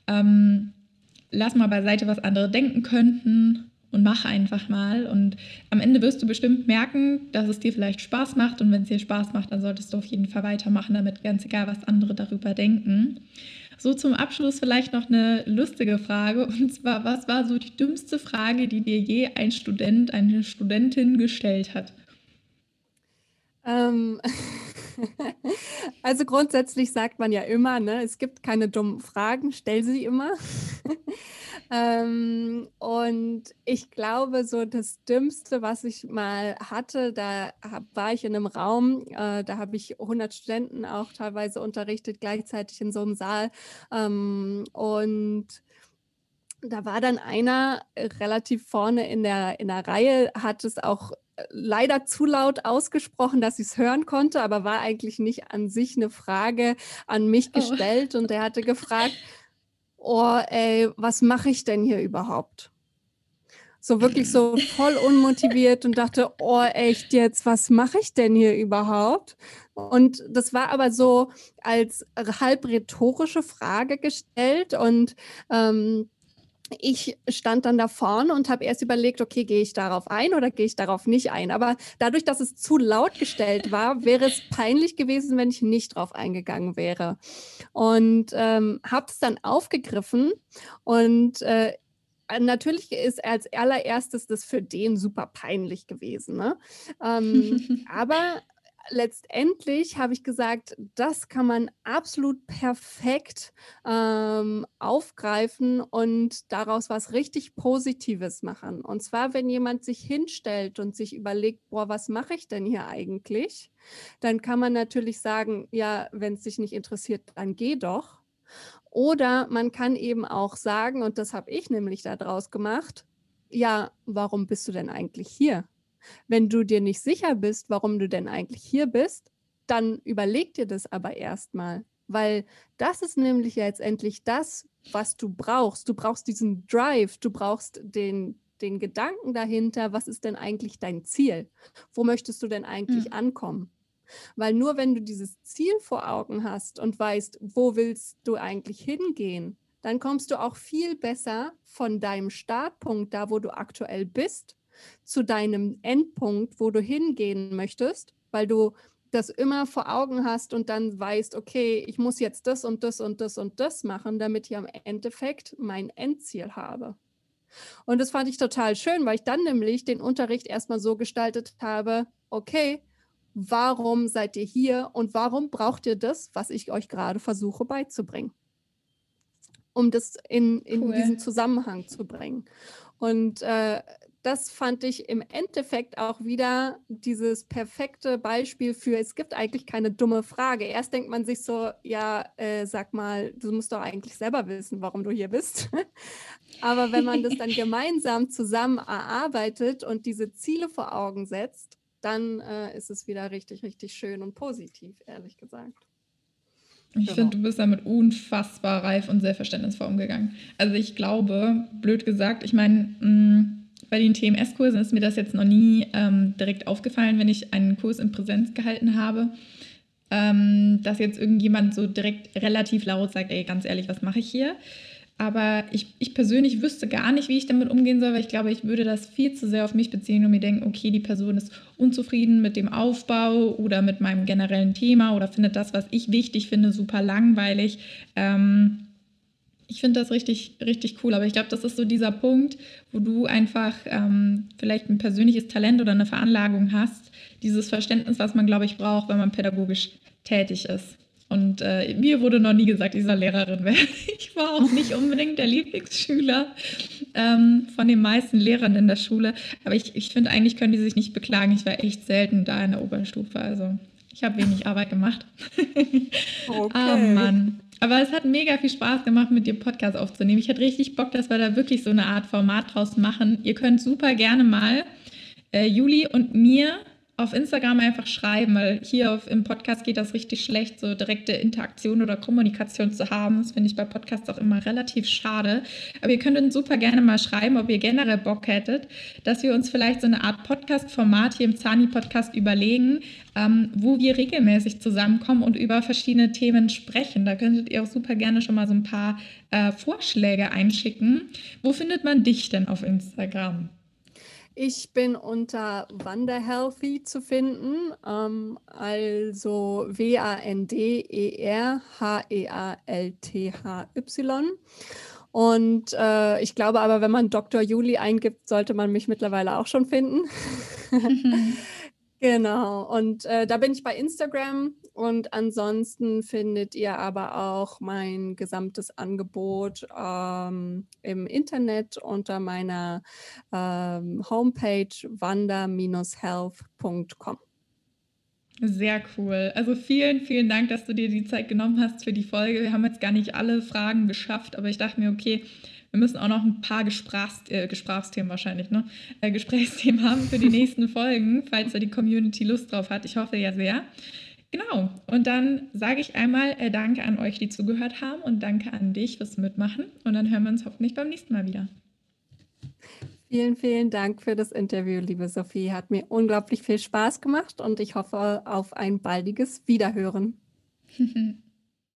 lass mal beiseite, was andere denken könnten und mach einfach mal. Und am Ende wirst du bestimmt merken, dass es dir vielleicht Spaß macht. Und wenn es dir Spaß macht, dann solltest du auf jeden Fall weitermachen damit, ganz egal, was andere darüber denken. So zum Abschluss vielleicht noch eine lustige Frage. Und zwar, was war so die dümmste Frage, die dir je ein Student, eine Studentin gestellt hat? Ähm, Also grundsätzlich sagt man ja immer, ne, es gibt keine dummen Fragen, stell sie immer. Und ich glaube, so das Dümmste, was ich mal hatte, war ich in einem Raum, da habe ich 100 Studenten auch teilweise unterrichtet, gleichzeitig in so einem Saal. Und da war dann einer relativ vorne in der Reihe, hat es auch leider zu laut ausgesprochen, dass ich es hören konnte, aber war eigentlich nicht an sich eine Frage an mich Oh. gestellt. Und der hatte gefragt, oh ey, was mache ich denn hier überhaupt? So wirklich so voll unmotiviert und dachte, oh echt jetzt, was mache ich denn hier überhaupt? Und das war aber so als halb rhetorische Frage gestellt und ich stand dann da vorne und habe erst überlegt, okay, gehe ich darauf ein oder gehe ich darauf nicht ein? Aber dadurch, dass es zu laut gestellt war, wäre es peinlich gewesen, wenn ich nicht drauf eingegangen wäre. Und habe es dann aufgegriffen und natürlich ist als allererstes das für den super peinlich gewesen. Ne? Aber letztendlich habe ich gesagt, das kann man absolut perfekt aufgreifen und daraus was richtig Positives machen. Und zwar, wenn jemand sich hinstellt und sich überlegt, boah, was mache ich denn hier eigentlich? Dann kann man natürlich sagen, ja, wenn es dich nicht interessiert, dann geh doch. Oder man kann eben auch sagen, und das habe ich nämlich daraus gemacht, ja, warum bist du denn eigentlich hier? Wenn du dir nicht sicher bist, warum du denn eigentlich hier bist, dann überleg dir das aber erstmal, weil das ist nämlich ja letztendlich das, was du brauchst. Du brauchst diesen Drive, du brauchst den Gedanken dahinter, was ist denn eigentlich dein Ziel? Wo möchtest du denn eigentlich ankommen? Weil nur wenn du dieses Ziel vor Augen hast und weißt, wo willst du eigentlich hingehen, dann kommst du auch viel besser von deinem Startpunkt, da wo du aktuell bist, zu deinem Endpunkt, wo du hingehen möchtest, weil du das immer vor Augen hast und dann weißt, okay, ich muss jetzt das und das und das und das machen, damit ich am Endeffekt mein Endziel habe. Und das fand ich total schön, weil ich dann nämlich den Unterricht erstmal so gestaltet habe, okay, warum seid ihr hier und warum braucht ihr das, was ich euch gerade versuche beizubringen? Um das in Cool. diesen Zusammenhang zu bringen. Und das fand ich im Endeffekt auch wieder dieses perfekte Beispiel für, es gibt eigentlich keine dumme Frage. Erst denkt man sich so, ja, sag mal, du musst doch eigentlich selber wissen, warum du hier bist. Aber wenn man das dann gemeinsam zusammen erarbeitet und diese Ziele vor Augen setzt, dann ist es wieder richtig, richtig schön und positiv, ehrlich gesagt. Ich Genau. finde, du bist damit unfassbar reif und sehr verständnisvoll umgegangen. Also ich glaube, blöd gesagt, ich meine, bei den TMS-Kursen ist mir das jetzt noch nie direkt aufgefallen, wenn ich einen Kurs in Präsenz gehalten habe, dass jetzt irgendjemand so direkt relativ laut sagt, ey, ganz ehrlich, was mache ich hier? Aber ich persönlich wüsste gar nicht, wie ich damit umgehen soll, weil ich glaube, ich würde das viel zu sehr auf mich beziehen und mir denken, okay, die Person ist unzufrieden mit dem Aufbau oder mit meinem generellen Thema oder findet das, was ich wichtig finde, super langweilig. Ich finde das richtig, richtig cool, aber ich glaube, das ist so dieser Punkt, wo du einfach vielleicht ein persönliches Talent oder eine Veranlagung hast, dieses Verständnis, was man, glaube ich, braucht, wenn man pädagogisch tätig ist. Und mir wurde noch nie gesagt, ich soll Lehrerin werden. Ich war auch nicht unbedingt der Lieblingsschüler von den meisten Lehrern in der Schule. Aber ich finde, eigentlich können die sich nicht beklagen. Ich war echt selten da in der Oberstufe. Also ich habe wenig Arbeit gemacht. Ah, Okay. Mann. Aber es hat mega viel Spaß gemacht, mit dir Podcast aufzunehmen. Ich hatte richtig Bock, dass wir da wirklich so eine Art Format draus machen. Ihr könnt super gerne mal Juli und mir auf Instagram einfach schreiben, weil hier im Podcast geht das richtig schlecht, so direkte Interaktion oder Kommunikation zu haben. Das finde ich bei Podcasts auch immer relativ schade. Aber ihr könnt uns super gerne mal schreiben, ob ihr generell Bock hättet, dass wir uns vielleicht so eine Art Podcast-Format hier im Zani-Podcast überlegen, wo wir regelmäßig zusammenkommen und über verschiedene Themen sprechen. Da könntet ihr auch super gerne schon mal so ein paar Vorschläge einschicken. Wo findet man dich denn auf Instagram? Ich bin unter Wanderhealthy zu finden, also Wanderhealthy. Und ich glaube aber, wenn man Dr. Juli eingibt, sollte man mich mittlerweile auch schon finden. Genau, und da bin ich bei Instagram und ansonsten findet ihr aber auch mein gesamtes Angebot im Internet unter meiner Homepage wander-health.com. Sehr cool. Also vielen, vielen Dank, dass du dir die Zeit genommen hast für die Folge. Wir haben jetzt gar nicht alle Fragen geschafft, aber ich dachte mir, okay, wir müssen auch noch ein paar Gesprächsthemen wahrscheinlich, ne? Gesprächsthemen haben für die nächsten Folgen, falls da die Community Lust drauf hat. Ich hoffe ja sehr. Genau. Und dann sage ich einmal danke an euch, die zugehört haben und danke an dich fürs Mitmachen. Und dann hören wir uns hoffentlich beim nächsten Mal wieder. Vielen, vielen Dank für das Interview, liebe Sophie. Hat mir unglaublich viel Spaß gemacht und ich hoffe auf ein baldiges Wiederhören.